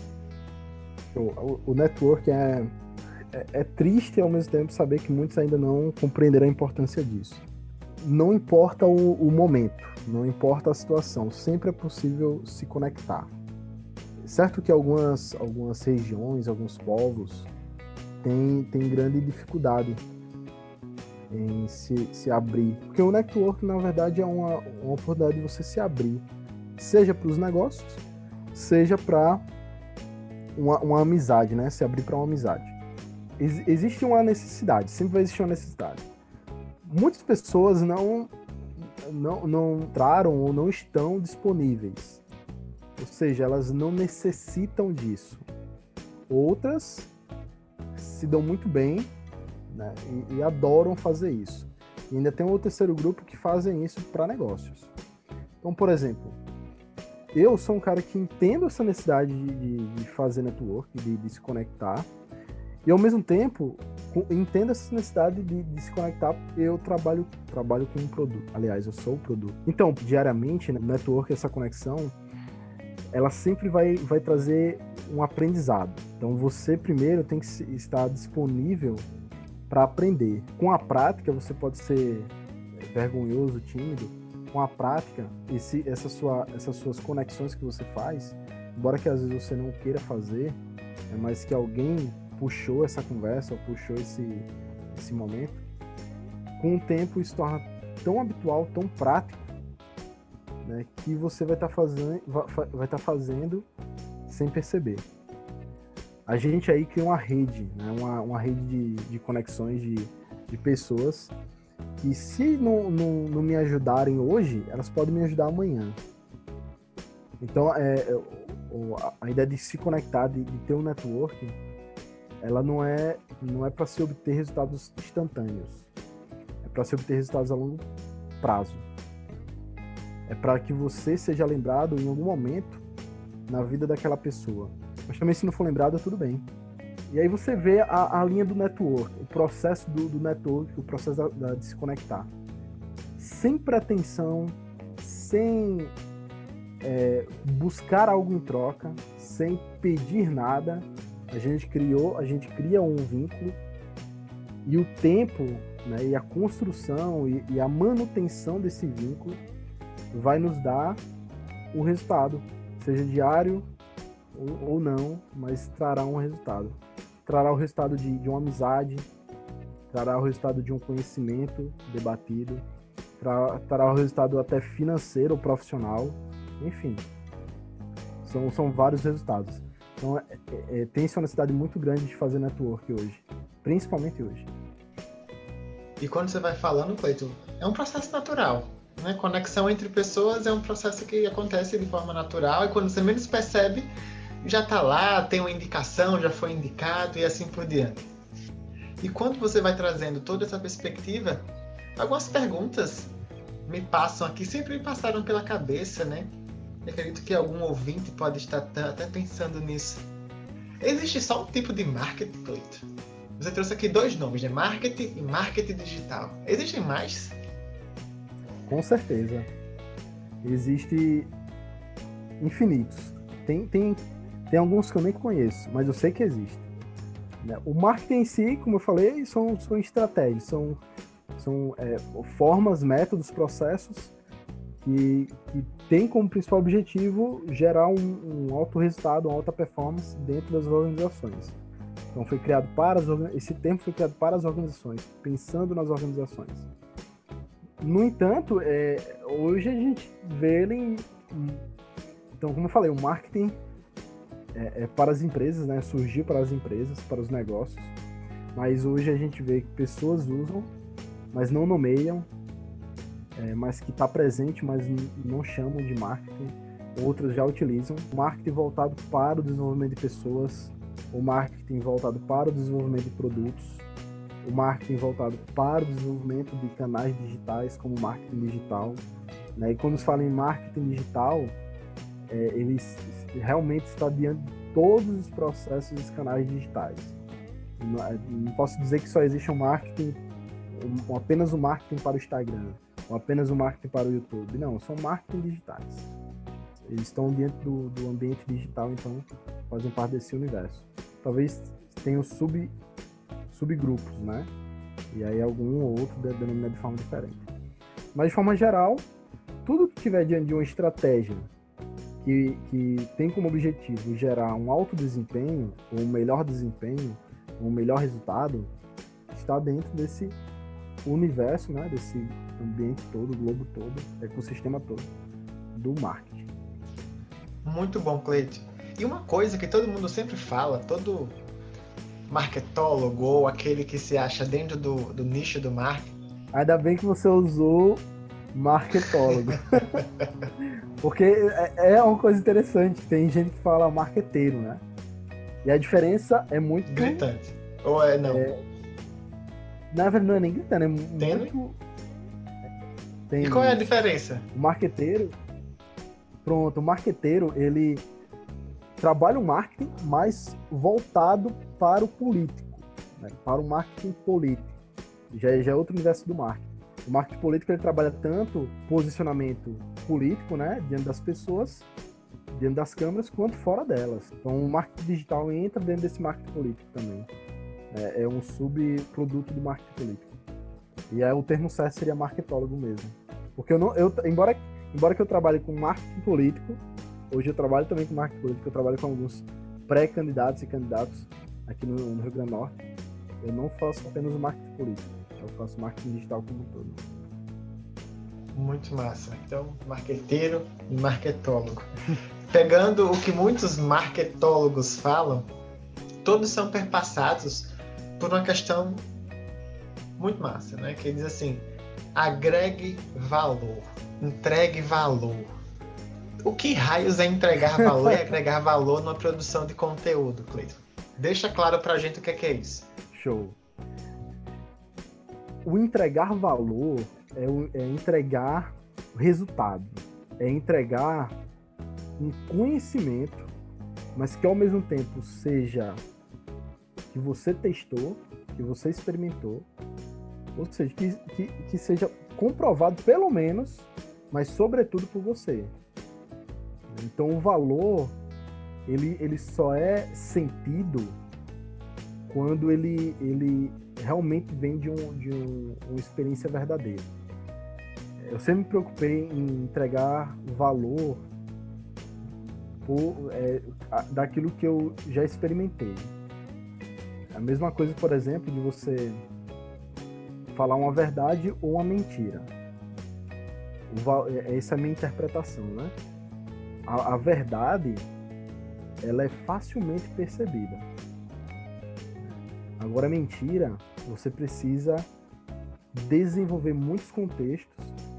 O, o network é... É, é triste ao mesmo tempo saber que muitos ainda não compreenderam a importância disso. Não importa o, o momento, não importa a situação, sempre é possível se conectar. Certo que algumas, algumas regiões, alguns povos têm, têm grande dificuldade em se, se abrir. Porque o network, na verdade, é uma, uma oportunidade de você se abrir, seja para os negócios, seja para uma, uma amizade, né? Se abrir para uma amizade. Existe uma necessidade, sempre vai existir uma necessidade. Muitas pessoas não, não, não entraram ou não estão disponíveis. Ou seja, elas não necessitam disso. Outras se dão muito bem, né, e, e adoram fazer isso. E ainda tem um terceiro grupo que fazem isso para negócios. Então, por exemplo, eu sou um cara que entendo essa necessidade de, de, de fazer network, de, de se conectar. E ao mesmo tempo, entendo essa necessidade de, de se conectar, porque eu trabalho, trabalho com um produto. Aliás, eu sou o produto. Então, diariamente, no network, essa conexão, ela sempre vai, vai trazer um aprendizado. Então, você primeiro tem que estar disponível para aprender. Com a prática, você pode ser vergonhoso, tímido. Com a prática, esse, essa sua, essas suas conexões que você faz, embora que às vezes você não queira fazer, mas que alguém puxou essa conversa, ou puxou esse, esse momento, com o tempo isso torna tão habitual, tão prático, né, que você vai estar tá fazendo, vai, vai tá fazendo sem perceber. a gente aí cria uma rede, né? uma, uma rede de, de conexões de, de pessoas que, se não, não, não me ajudarem hoje, elas podem me ajudar amanhã. Então, é, a ideia de se conectar, de, de ter um networking, ela não é, não é para se obter resultados instantâneos. É para se obter resultados a longo prazo. É para que você seja lembrado em algum momento na vida daquela pessoa. Mas também, se não for lembrado, tudo bem. E aí você vê a, a linha do network, o processo do, do network, o processo da, da, de se conectar. Sem pretensão, sem é, buscar algo em troca, sem pedir nada, a gente criou, a gente cria um vínculo, e o tempo, né, e a construção e, e a manutenção desse vínculo vai nos dar o resultado, seja diário ou, ou não, mas trará um resultado. Trará o resultado de, de uma amizade, trará o resultado de um conhecimento debatido, tra, trará o resultado até financeiro ou profissional, enfim. São, são vários resultados. Então, é, é, tem-se uma necessidade muito grande de fazer network hoje, principalmente hoje. E quando você vai falando, Cleiton, é um processo natural, né? Conexão entre pessoas é um processo que acontece de forma natural, e quando você menos percebe, já está lá, tem uma indicação, já foi indicado e assim por diante. E quando você vai trazendo toda essa perspectiva, algumas perguntas me passam aqui, sempre me passaram pela cabeça, né? Eu acredito que algum ouvinte pode estar até pensando nisso. Existe só um tipo de marketing, Cleiton? Você trouxe aqui dois nomes, né? Marketing e marketing digital. Existem mais? Com certeza. Existe infinitos. Tem, tem, tem alguns que eu nem conheço, mas eu sei que existem. O marketing em si, como eu falei, são, são estratégias, são, são é, formas, métodos, processos que, que tem como principal objetivo gerar um, um alto resultado, uma alta performance dentro das organizações. Então foi criado para as, esse termo foi criado para as organizações, pensando nas organizações. No entanto, é, hoje a gente vê ele em, então, como eu falei, o marketing é, é para as empresas, né? Surgiu para as empresas, para os negócios, mas hoje a gente vê que pessoas usam, mas não nomeiam, é, mas que está presente, mas não chamam de marketing. Outras já utilizam. O marketing voltado para o desenvolvimento de pessoas, o marketing voltado para o desenvolvimento de produtos, o marketing voltado para o desenvolvimento de canais digitais, como marketing digital, né? E quando se fala em marketing digital, é, ele realmente está diante de todos os processos dos canais digitais. Não, não posso dizer que só existe um marketing, um, apenas o um marketing para o Instagram, ou apenas o um marketing para o YouTube. Não, são marketing digitais. Eles estão dentro do, do ambiente digital, então fazem parte desse universo. Talvez tenham sub, subgrupos, né? E aí algum ou outro denomina de forma diferente. Mas de forma geral, tudo que tiver diante de uma estratégia que, que tem como objetivo gerar um alto desempenho, ou um melhor desempenho, um melhor resultado, está dentro desse universo, né? Desse ambiente todo, globo todo, ecossistema todo do marketing. Muito bom, Cleiton. E uma coisa que todo mundo sempre fala, todo marketólogo ou aquele que se acha dentro do, do nicho do marketing. Ainda bem que você usou marketólogo. Porque é, é uma coisa interessante. Tem gente que fala marqueteiro, né? E a diferença é muito... Gritante. Ou é não? É, na verdade não é nem gritando, é Tem? muito... Tem... E qual é a diferença? O marqueteiro... Pronto, o marqueteiro, ele trabalha o marketing, mas voltado para o político, né? Para o marketing político. Já, já é outro universo do marketing. O marketing político, ele trabalha tanto posicionamento político, né? Diante das pessoas, dentro das câmaras, quanto fora delas. Então, o marketing digital entra dentro desse marketing político também. É, é um subproduto do marketing político. E aí, o termo certo seria marketólogo mesmo. Porque eu não... Eu, embora... Embora que eu trabalhe com marketing político, hoje eu trabalho também com marketing político, eu trabalho com alguns pré-candidatos e candidatos aqui no, no Rio Grande do Norte. Eu não faço apenas o marketing político, eu faço marketing digital como um todo. Muito massa. Então, marqueteiro e marketólogo. Pegando o que muitos marketólogos falam, todos são perpassados por uma questão muito massa, né? Que diz assim, agregue valor, entregue valor. O que raios é entregar valor e agregar valor numa produção de conteúdo, Cleiton? Deixa claro pra gente o que é, que é isso. Show. O entregar valor é, o, é entregar resultado, é entregar um conhecimento, mas que ao mesmo tempo seja que você testou, que você experimentou, ou seja, que, que, que seja comprovado pelo menos, mas sobretudo por você. Então o valor, ele, ele só é sentido quando ele, ele realmente vem de, um, de um, uma experiência verdadeira. Eu sempre me preocupei em entregar valor por, é, daquilo que eu já experimentei. A mesma coisa, por exemplo, de você falar uma verdade ou uma mentira. O, essa é a minha interpretação, né? A, a verdade, ela é facilmente percebida. Agora, a mentira, você precisa desenvolver muitos contextos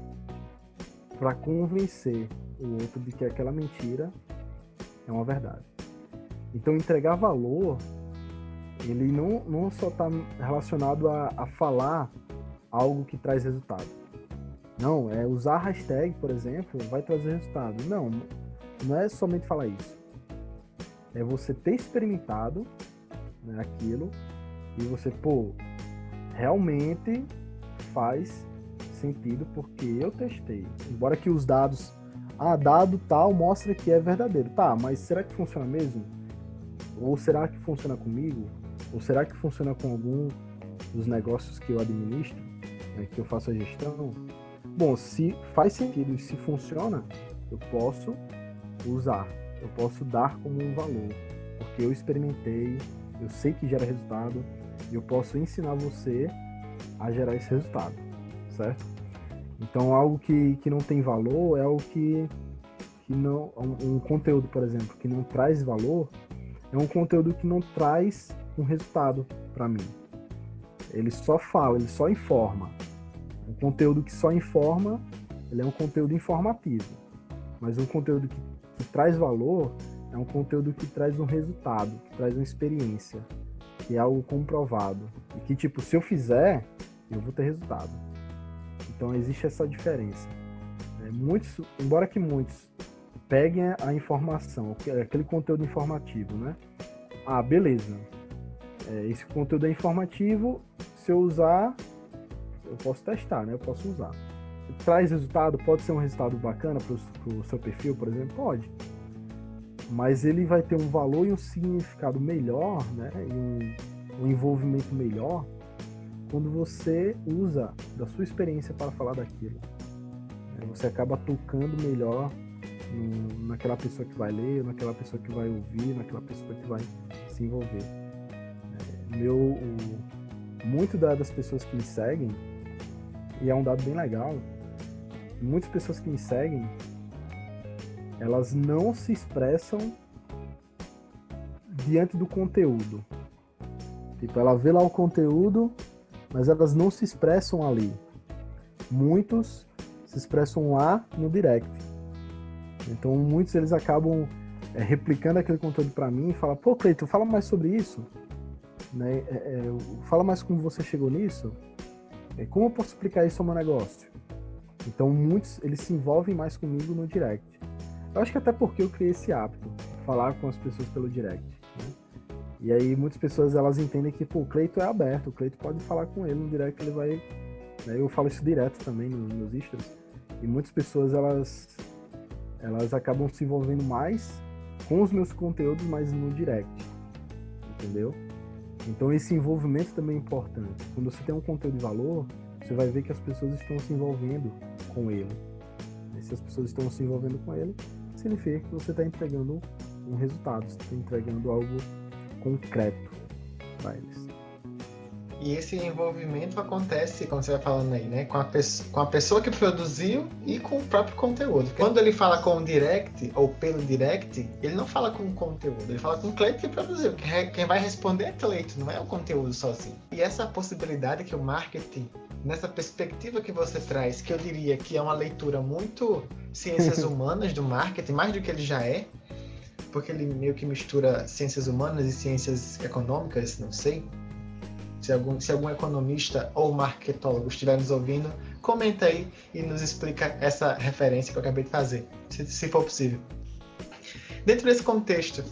para convencer o outro de que aquela mentira é uma verdade. Então, entregar valor, ele não, não só está relacionado a, a falar algo que traz resultado. Não, é usar a hashtag, por exemplo, vai trazer resultado. Não, não é somente falar isso. É você ter experimentado, né, aquilo e você, pô, realmente faz sentido porque eu testei. Embora que os dados, ah, dado tal mostra que é verdadeiro. Tá, mas será que funciona mesmo? Ou será que funciona comigo? Ou será que funciona com algum dos negócios que eu administro, né, que eu faço a gestão? Bom, se faz sentido e se funciona, eu posso usar, eu posso dar como um valor, porque eu experimentei, eu sei que gera resultado, e eu posso ensinar você a gerar esse resultado, certo? Então, algo que, que não tem valor é algo que, que não... Um, um conteúdo, por exemplo, que não traz valor, é um conteúdo que não traz um resultado para mim. Ele só fala, ele só informa. Um conteúdo que só informa, ele é um conteúdo informativo. Mas um conteúdo que, que traz valor é um conteúdo que traz um resultado, que traz uma experiência, que é algo comprovado. E que, tipo, se eu fizer, eu vou ter resultado. Então, existe essa diferença. É, muitos, embora que muitos peguem a informação, aquele conteúdo informativo, né? Ah, beleza. É, esse conteúdo é informativo, se eu usar, eu posso testar, né? Eu posso usar. Traz resultado, pode ser um resultado bacana para o seu perfil, por exemplo? Pode. Mas ele vai ter um valor e um significado melhor, né? E um, um envolvimento melhor quando você usa da sua experiência para falar daquilo. Você acaba tocando melhor no, naquela pessoa que vai ler, naquela pessoa que vai ouvir, naquela pessoa que vai se envolver. É, meu, o, muito das pessoas que me seguem, e é um dado bem legal, muitas pessoas que me seguem, elas não se expressam diante do conteúdo. Tipo, ela vê lá o conteúdo, mas elas não se expressam ali. Muitos se expressam lá no direct. Então, muitos eles acabam é, replicando aquele conteúdo para mim e falam, pô, Cleiton, fala mais sobre isso. Né? É, é, fala mais como você chegou nisso. É, como eu posso explicar isso ao meu negócio? Então, muitos eles se envolvem mais comigo no direct. Eu acho que até porque eu criei esse hábito, falar com as pessoas pelo direct. Né? E aí, muitas pessoas elas entendem que, pô, o Cleiton é aberto, o Cleiton pode falar com ele no direct, ele vai... Né? Eu falo isso direto também nos meus stories. E muitas pessoas, elas, elas acabam se envolvendo mais com os meus conteúdos, mas no direct. Entendeu? Então, esse envolvimento também é importante. Quando você tem um conteúdo de valor, você vai ver que as pessoas estão se envolvendo com ele. E se as pessoas estão se envolvendo com ele, significa que você está entregando um resultado, você está entregando algo concreto para eles. E esse envolvimento acontece, como você vai falando aí, né? Com a, pessoa, com a pessoa que produziu e com o próprio conteúdo. Quando ele fala com o direct, ou pelo direct, ele não fala com o conteúdo, ele fala com o Cleito que produziu. Quem vai responder é Cleito, não é o conteúdo sozinho. E essa possibilidade que o marketing, nessa perspectiva que você traz, que eu diria que é uma leitura muito ciências humanas do marketing, mais do que ele já é, porque ele meio que mistura ciências humanas e ciências econômicas, não sei. Se algum, se algum economista ou marketólogo estiver nos ouvindo, comenta aí e nos explica essa referência que eu acabei de fazer, se, se for possível. Dentro desse contexto,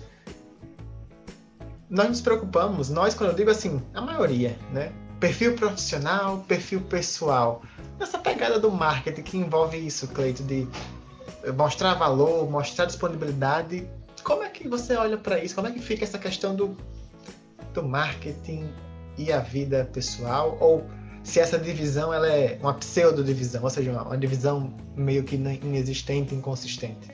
nós nos preocupamos, nós, quando eu digo assim, a maioria, né? Perfil profissional, perfil pessoal. Essa pegada do marketing que envolve isso, Cleito, de mostrar valor, mostrar disponibilidade. Como é que você olha para isso? Como é que fica essa questão do, do marketing e a vida pessoal, ou se essa divisão ela é uma pseudo-divisão, ou seja, uma, uma divisão meio que inexistente, inconsistente?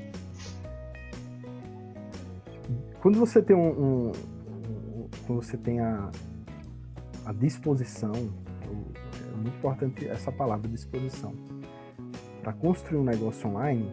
Quando você tem um, um, um quando você tem a, a disposição, é muito importante essa palavra, disposição, para construir um negócio online,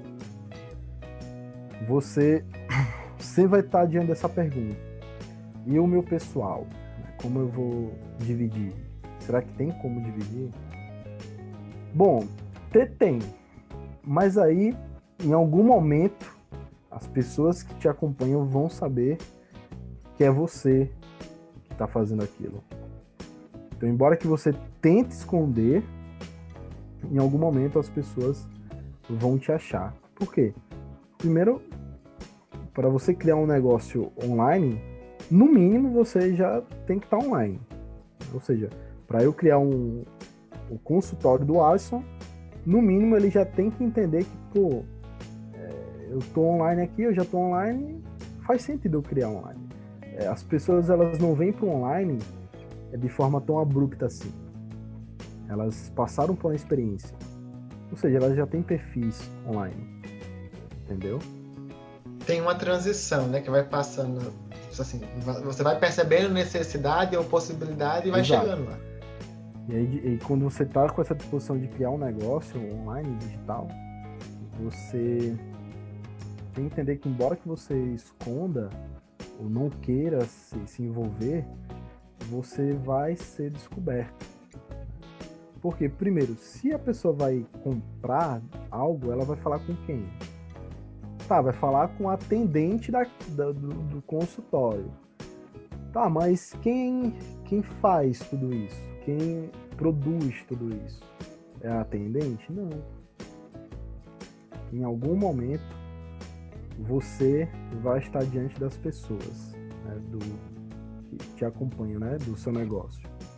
você, você vai estar diante dessa pergunta: e o meu pessoal? Como eu vou dividir? Será que tem como dividir? Bom, ter tem. Mas aí, em algum momento, as pessoas que te acompanham vão saber que é você que está fazendo aquilo. Então, embora que você tente esconder, em algum momento as pessoas vão te achar. Por quê? Primeiro, para você criar um negócio online, no mínimo você já tem que estar online. Ou seja, para eu criar um, um consultório do Alisson, no mínimo ele já tem que entender que, pô, é, eu estou online aqui, eu já estou online, faz sentido eu criar online. É, as pessoas, elas não vêm para o online de forma tão abrupta assim. Elas passaram por uma experiência. Ou seja, elas já têm perfis online. Entendeu? Tem uma transição, né, que vai passando, assim, você vai percebendo necessidade ou possibilidade e vai Exato. chegando lá. E aí, e quando você está com essa disposição de criar um negócio online, digital, você tem que entender que, embora que você esconda ou não queira se, se envolver, você vai ser descoberto. Porque, primeiro, se a pessoa vai comprar algo, ela vai falar com quem? Tá, vai falar com a atendente da, da, do, do consultório. Tá, mas quem, quem faz tudo isso? Quem produz tudo isso? É a atendente? Não. Em algum momento, você vai estar diante das pessoas, né, do, que te acompanham, né, do seu negócio.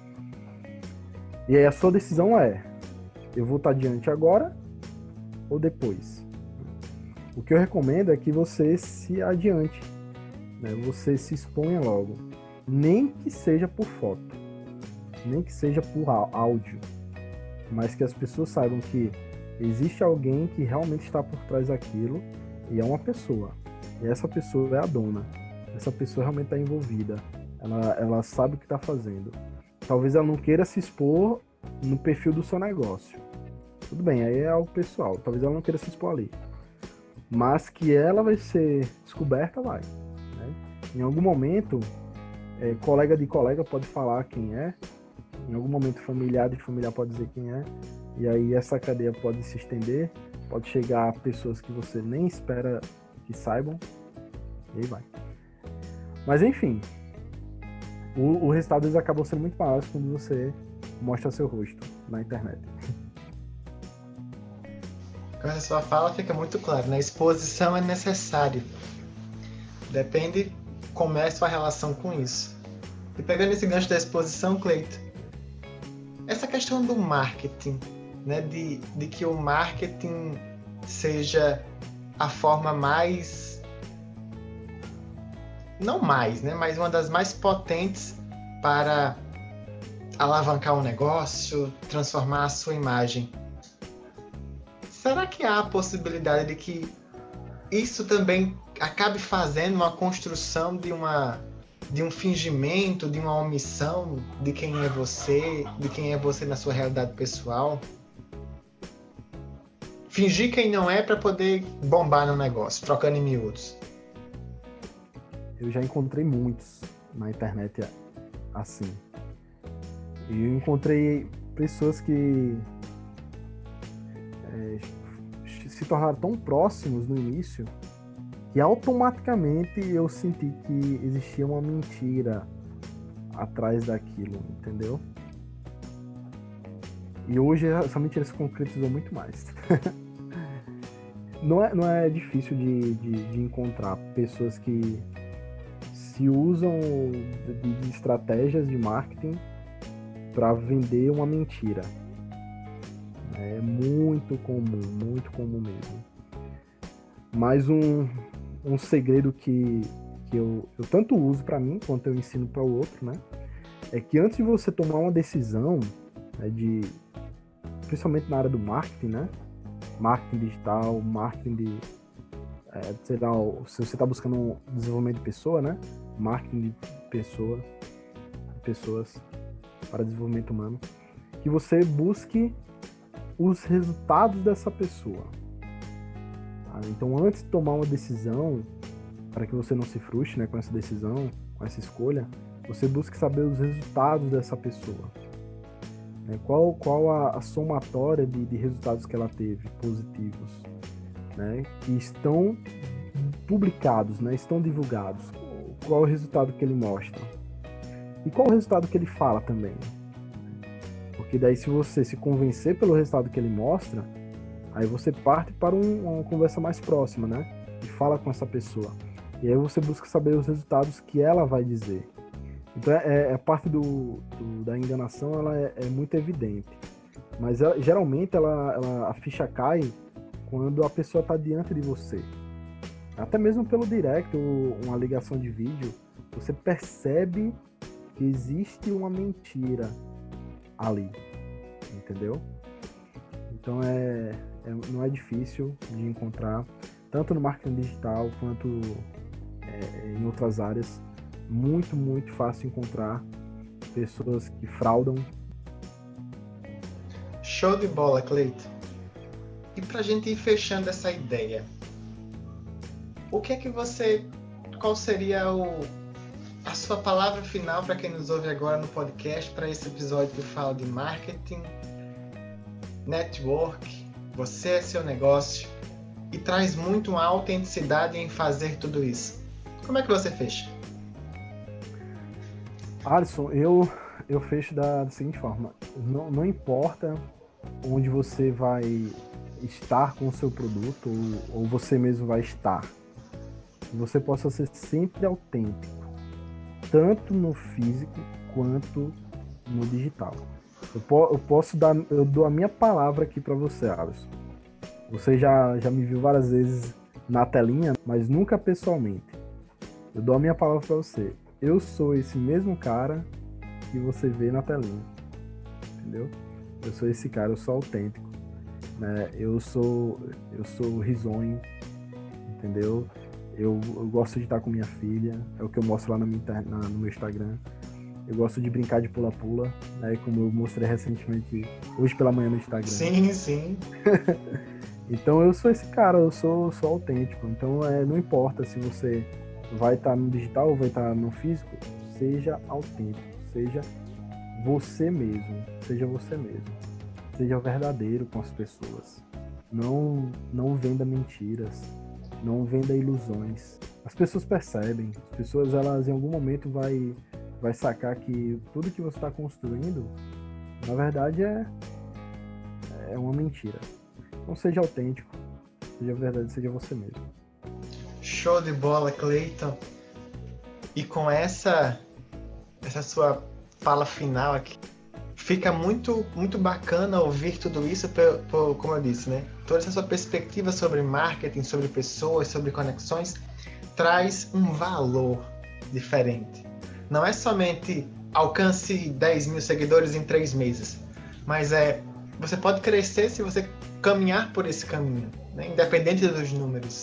E aí a sua decisão é: eu vou estar diante agora ou depois? O que eu recomendo é que você se adiante, né? Você se exponha logo, nem que seja por foto, nem que seja por áudio, mas que as pessoas saibam que existe alguém que realmente está por trás daquilo, e é uma pessoa, e essa pessoa é a dona, essa pessoa realmente está envolvida, ela, ela sabe o que está fazendo. Talvez ela não queira se expor no perfil do seu negócio, tudo bem, aí é algo pessoal, talvez ela não queira se expor ali, mas que ela vai ser descoberta, vai, né? Em algum momento, é, colega de colega pode falar quem é, em algum momento familiar de familiar pode dizer quem é, e aí essa cadeia pode se estender, pode chegar a pessoas que você nem espera que saibam, e aí vai. Mas enfim, o, o resultado deles acabou sendo muito maior quando você mostra seu rosto na internet. Com a sua fala fica muito claro, né? Exposição é necessário. Depende como é a sua relação com isso. E pegando esse gancho da exposição, Cleito, essa questão do marketing, né? De, de que o marketing seja a forma mais... não mais, né? Mas uma das mais potentes para alavancar um negócio, transformar a sua imagem. Será que há a possibilidade de que isso também acabe fazendo uma construção de uma de um fingimento, de uma omissão de quem é você, de quem é você na sua realidade pessoal. Fingir quem não é para poder bombar no negócio, trocando em miúdos. Eu já encontrei muitos na internet assim. E eu encontrei pessoas que é, se tornaram tão próximos no início que automaticamente eu senti que existia uma mentira atrás daquilo, entendeu? E hoje essa mentira se concretizou muito mais. Não é, não é difícil de, de, de encontrar pessoas que se usam de, de estratégias de marketing para vender uma mentira. É muito comum, muito comum mesmo. Mas um, um segredo que, que eu, eu tanto uso para mim quanto eu ensino para o outro, né? É que antes de você tomar uma decisão, né, de, principalmente na área do marketing, né? Marketing digital, marketing de, é, sei lá, se você está buscando um desenvolvimento de pessoa, né? Marketing de pessoa, de pessoas para desenvolvimento humano, que você busque os resultados dessa pessoa. Tá? Então, antes de tomar uma decisão, para que você não se frustre, né, com essa decisão, com essa escolha, você busque saber os resultados dessa pessoa. Né? Qual, qual a, a somatória de, de resultados que ela teve, positivos, né? Que estão publicados, né? Estão divulgados. Qual o resultado que ele mostra? E qual o resultado que ele fala também? Porque daí, se você se convencer pelo resultado que ele mostra, aí você parte para um, uma conversa mais próxima, né? E fala com essa pessoa. E aí você busca saber os resultados que ela vai dizer. Então, é, é a parte do, do, da enganação, ela é, é muito evidente. Mas, ela, geralmente, ela, ela, a ficha cai quando a pessoa está diante de você. Até mesmo pelo direct ou uma ligação de vídeo, você percebe que existe uma mentira ali, entendeu? Então é, é, não é difícil de encontrar, tanto no marketing digital quanto é, em outras áreas. Muito, muito fácil encontrar pessoas que fraudam. Show de bola, Cleiton. E pra gente ir fechando essa ideia, o que é que você, qual seria o, a sua palavra final para quem nos ouve agora no podcast, para esse episódio que fala de marketing, network, você é seu negócio e traz muito uma autenticidade em fazer tudo isso? Como é que você fecha? Alisson, eu, eu fecho da, da seguinte forma. Não, não importa onde você vai estar com o seu produto ou, ou você mesmo vai estar. Você possa ser sempre autêntico, tanto no físico quanto no digital. Eu, po- eu posso dar, eu dou a minha palavra aqui para você, Alisson. Você já, já me viu várias vezes na telinha, mas nunca pessoalmente. Eu dou a minha palavra para você. Eu sou esse mesmo cara que você vê na telinha, entendeu? Eu sou esse cara, eu sou autêntico, né? Eu sou, eu sou risonho, entendeu? Eu, eu gosto de estar com minha filha, é o que eu mostro lá na minha, na, no meu Instagram. Eu gosto de brincar de pula-pula, né? Como eu mostrei recentemente, hoje pela manhã no Instagram. Sim, sim. Então eu sou esse cara, eu sou, sou autêntico. Então é, não importa se você vai estar no digital ou vai estar no físico, seja autêntico, seja você mesmo, seja você mesmo. Seja verdadeiro com as pessoas. Não, não venda mentiras, não venda ilusões. As pessoas percebem, as pessoas elas em algum momento vai, vai sacar que tudo que você está construindo, na verdade é, é uma mentira. Então seja autêntico, seja verdade, seja você mesmo. Show de bola, Cleiton. E com essa, essa sua fala final aqui, fica muito, muito bacana ouvir tudo isso, por, por, como eu disse, né? Toda essa sua perspectiva sobre marketing, sobre pessoas, sobre conexões, traz um valor diferente. Não é somente alcance dez mil seguidores em três meses, mas é, você pode crescer se você caminhar por esse caminho, né? Independente dos números.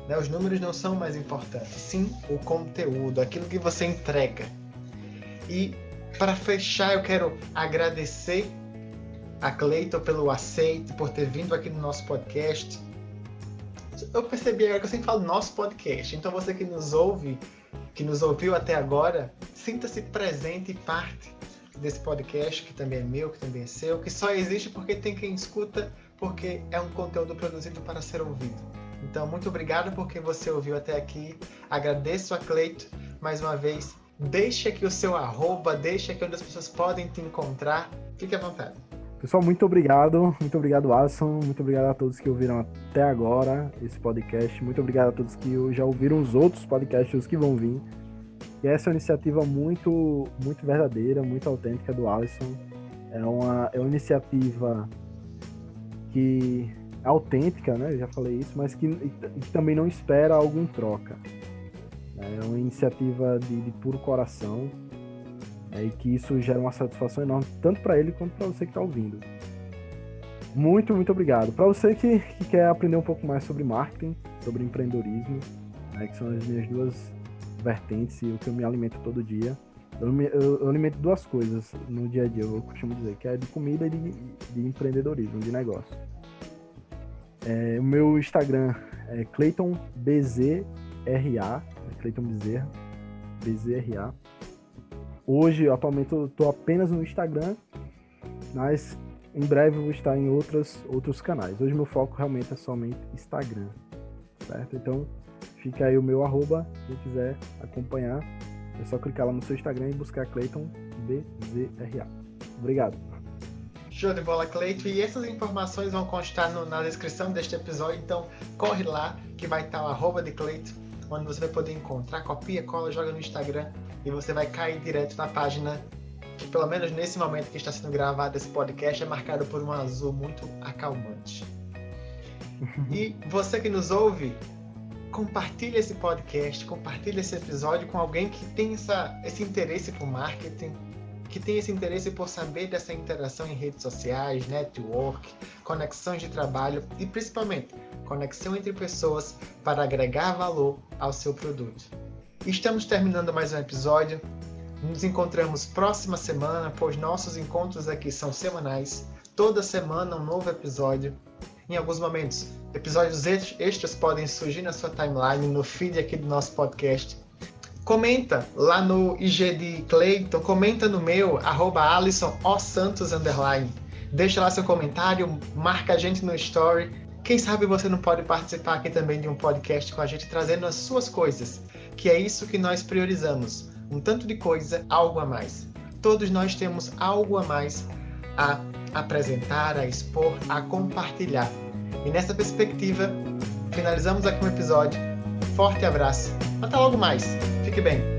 né? Os números não são mais importantes, sim o conteúdo, aquilo que você entrega. E para fechar, eu quero agradecer a Cleiton pelo aceito, por ter vindo aqui no nosso podcast. Eu percebi agora que eu sempre falo nosso podcast, então você que nos ouve, que nos ouviu até agora, sinta-se presente e parte desse podcast, que também é meu, que também é seu, que só existe porque tem quem escuta, porque é um conteúdo produzido para ser ouvido. Então, muito obrigado por quem você ouviu até aqui. Agradeço a Cleiton mais uma vez. Deixe aqui o seu arroba, deixe aqui onde as pessoas podem te encontrar. Fique à vontade. Pessoal, muito obrigado. Muito obrigado, Alisson. Muito obrigado a todos que ouviram até agora esse podcast. Muito obrigado a todos que já ouviram os outros podcasts, os que vão vir. E essa é uma iniciativa muito, muito verdadeira, muito autêntica do Alisson. É uma, é uma iniciativa que é autêntica, né? Eu já falei isso, mas que, que também não espera algo em troca. É uma iniciativa de, de puro coração, é, e que isso gera uma satisfação enorme, tanto para ele quanto para você que está ouvindo. Muito, muito obrigado. Para você que, que quer aprender um pouco mais sobre marketing, sobre empreendedorismo, né, que são as minhas duas vertentes e o que eu me alimento todo dia. Eu, me, eu, eu alimento duas coisas no dia a dia, eu costumo dizer, que é de comida e de, de empreendedorismo, de negócio. É, o meu Instagram é Cleiton B Z R A, Cleiton Bezerra, B Z R A. Hoje, atualmente, eu estou apenas no Instagram, mas em breve eu vou estar em outras, outros canais. Hoje meu foco realmente é somente Instagram, certo? Então, fica aí o meu arroba, quem quiser acompanhar, é só clicar lá no seu Instagram e buscar Cleiton B Z R A. Obrigado. Show de bola, Cleiton. E essas informações vão constar no, na descrição deste episódio, então corre lá que vai estar o arroba de Cleiton, onde você vai poder encontrar, copia, cola, joga no Instagram e você vai cair direto na página que, pelo menos nesse momento que está sendo gravado esse podcast, é marcado por um azul muito acalmante. E você que nos ouve, compartilhe esse podcast, compartilhe esse episódio com alguém que tem essa, esse interesse por marketing, que tem esse interesse por saber dessa interação em redes sociais, network, conexões de trabalho e, principalmente, conexão entre pessoas para agregar valor ao seu produto. Estamos terminando mais um episódio. Nos encontramos próxima semana, pois nossos encontros aqui são semanais. Toda semana um novo episódio. Em alguns momentos, episódios extras podem surgir na sua timeline, no feed aqui do nosso podcast. Comenta lá no I G de Cleiton, comenta no meu, arroba Alisson O Santos underline. Deixa lá seu comentário, marca a gente no story. Quem sabe você não pode participar aqui também de um podcast com a gente, trazendo as suas coisas, que é isso que nós priorizamos. Um tanto de coisa, algo a mais. Todos nós temos algo a mais a apresentar, a expor, a compartilhar. E nessa perspectiva, finalizamos aqui um episódio. Forte abraço. Até logo mais. Fique bem.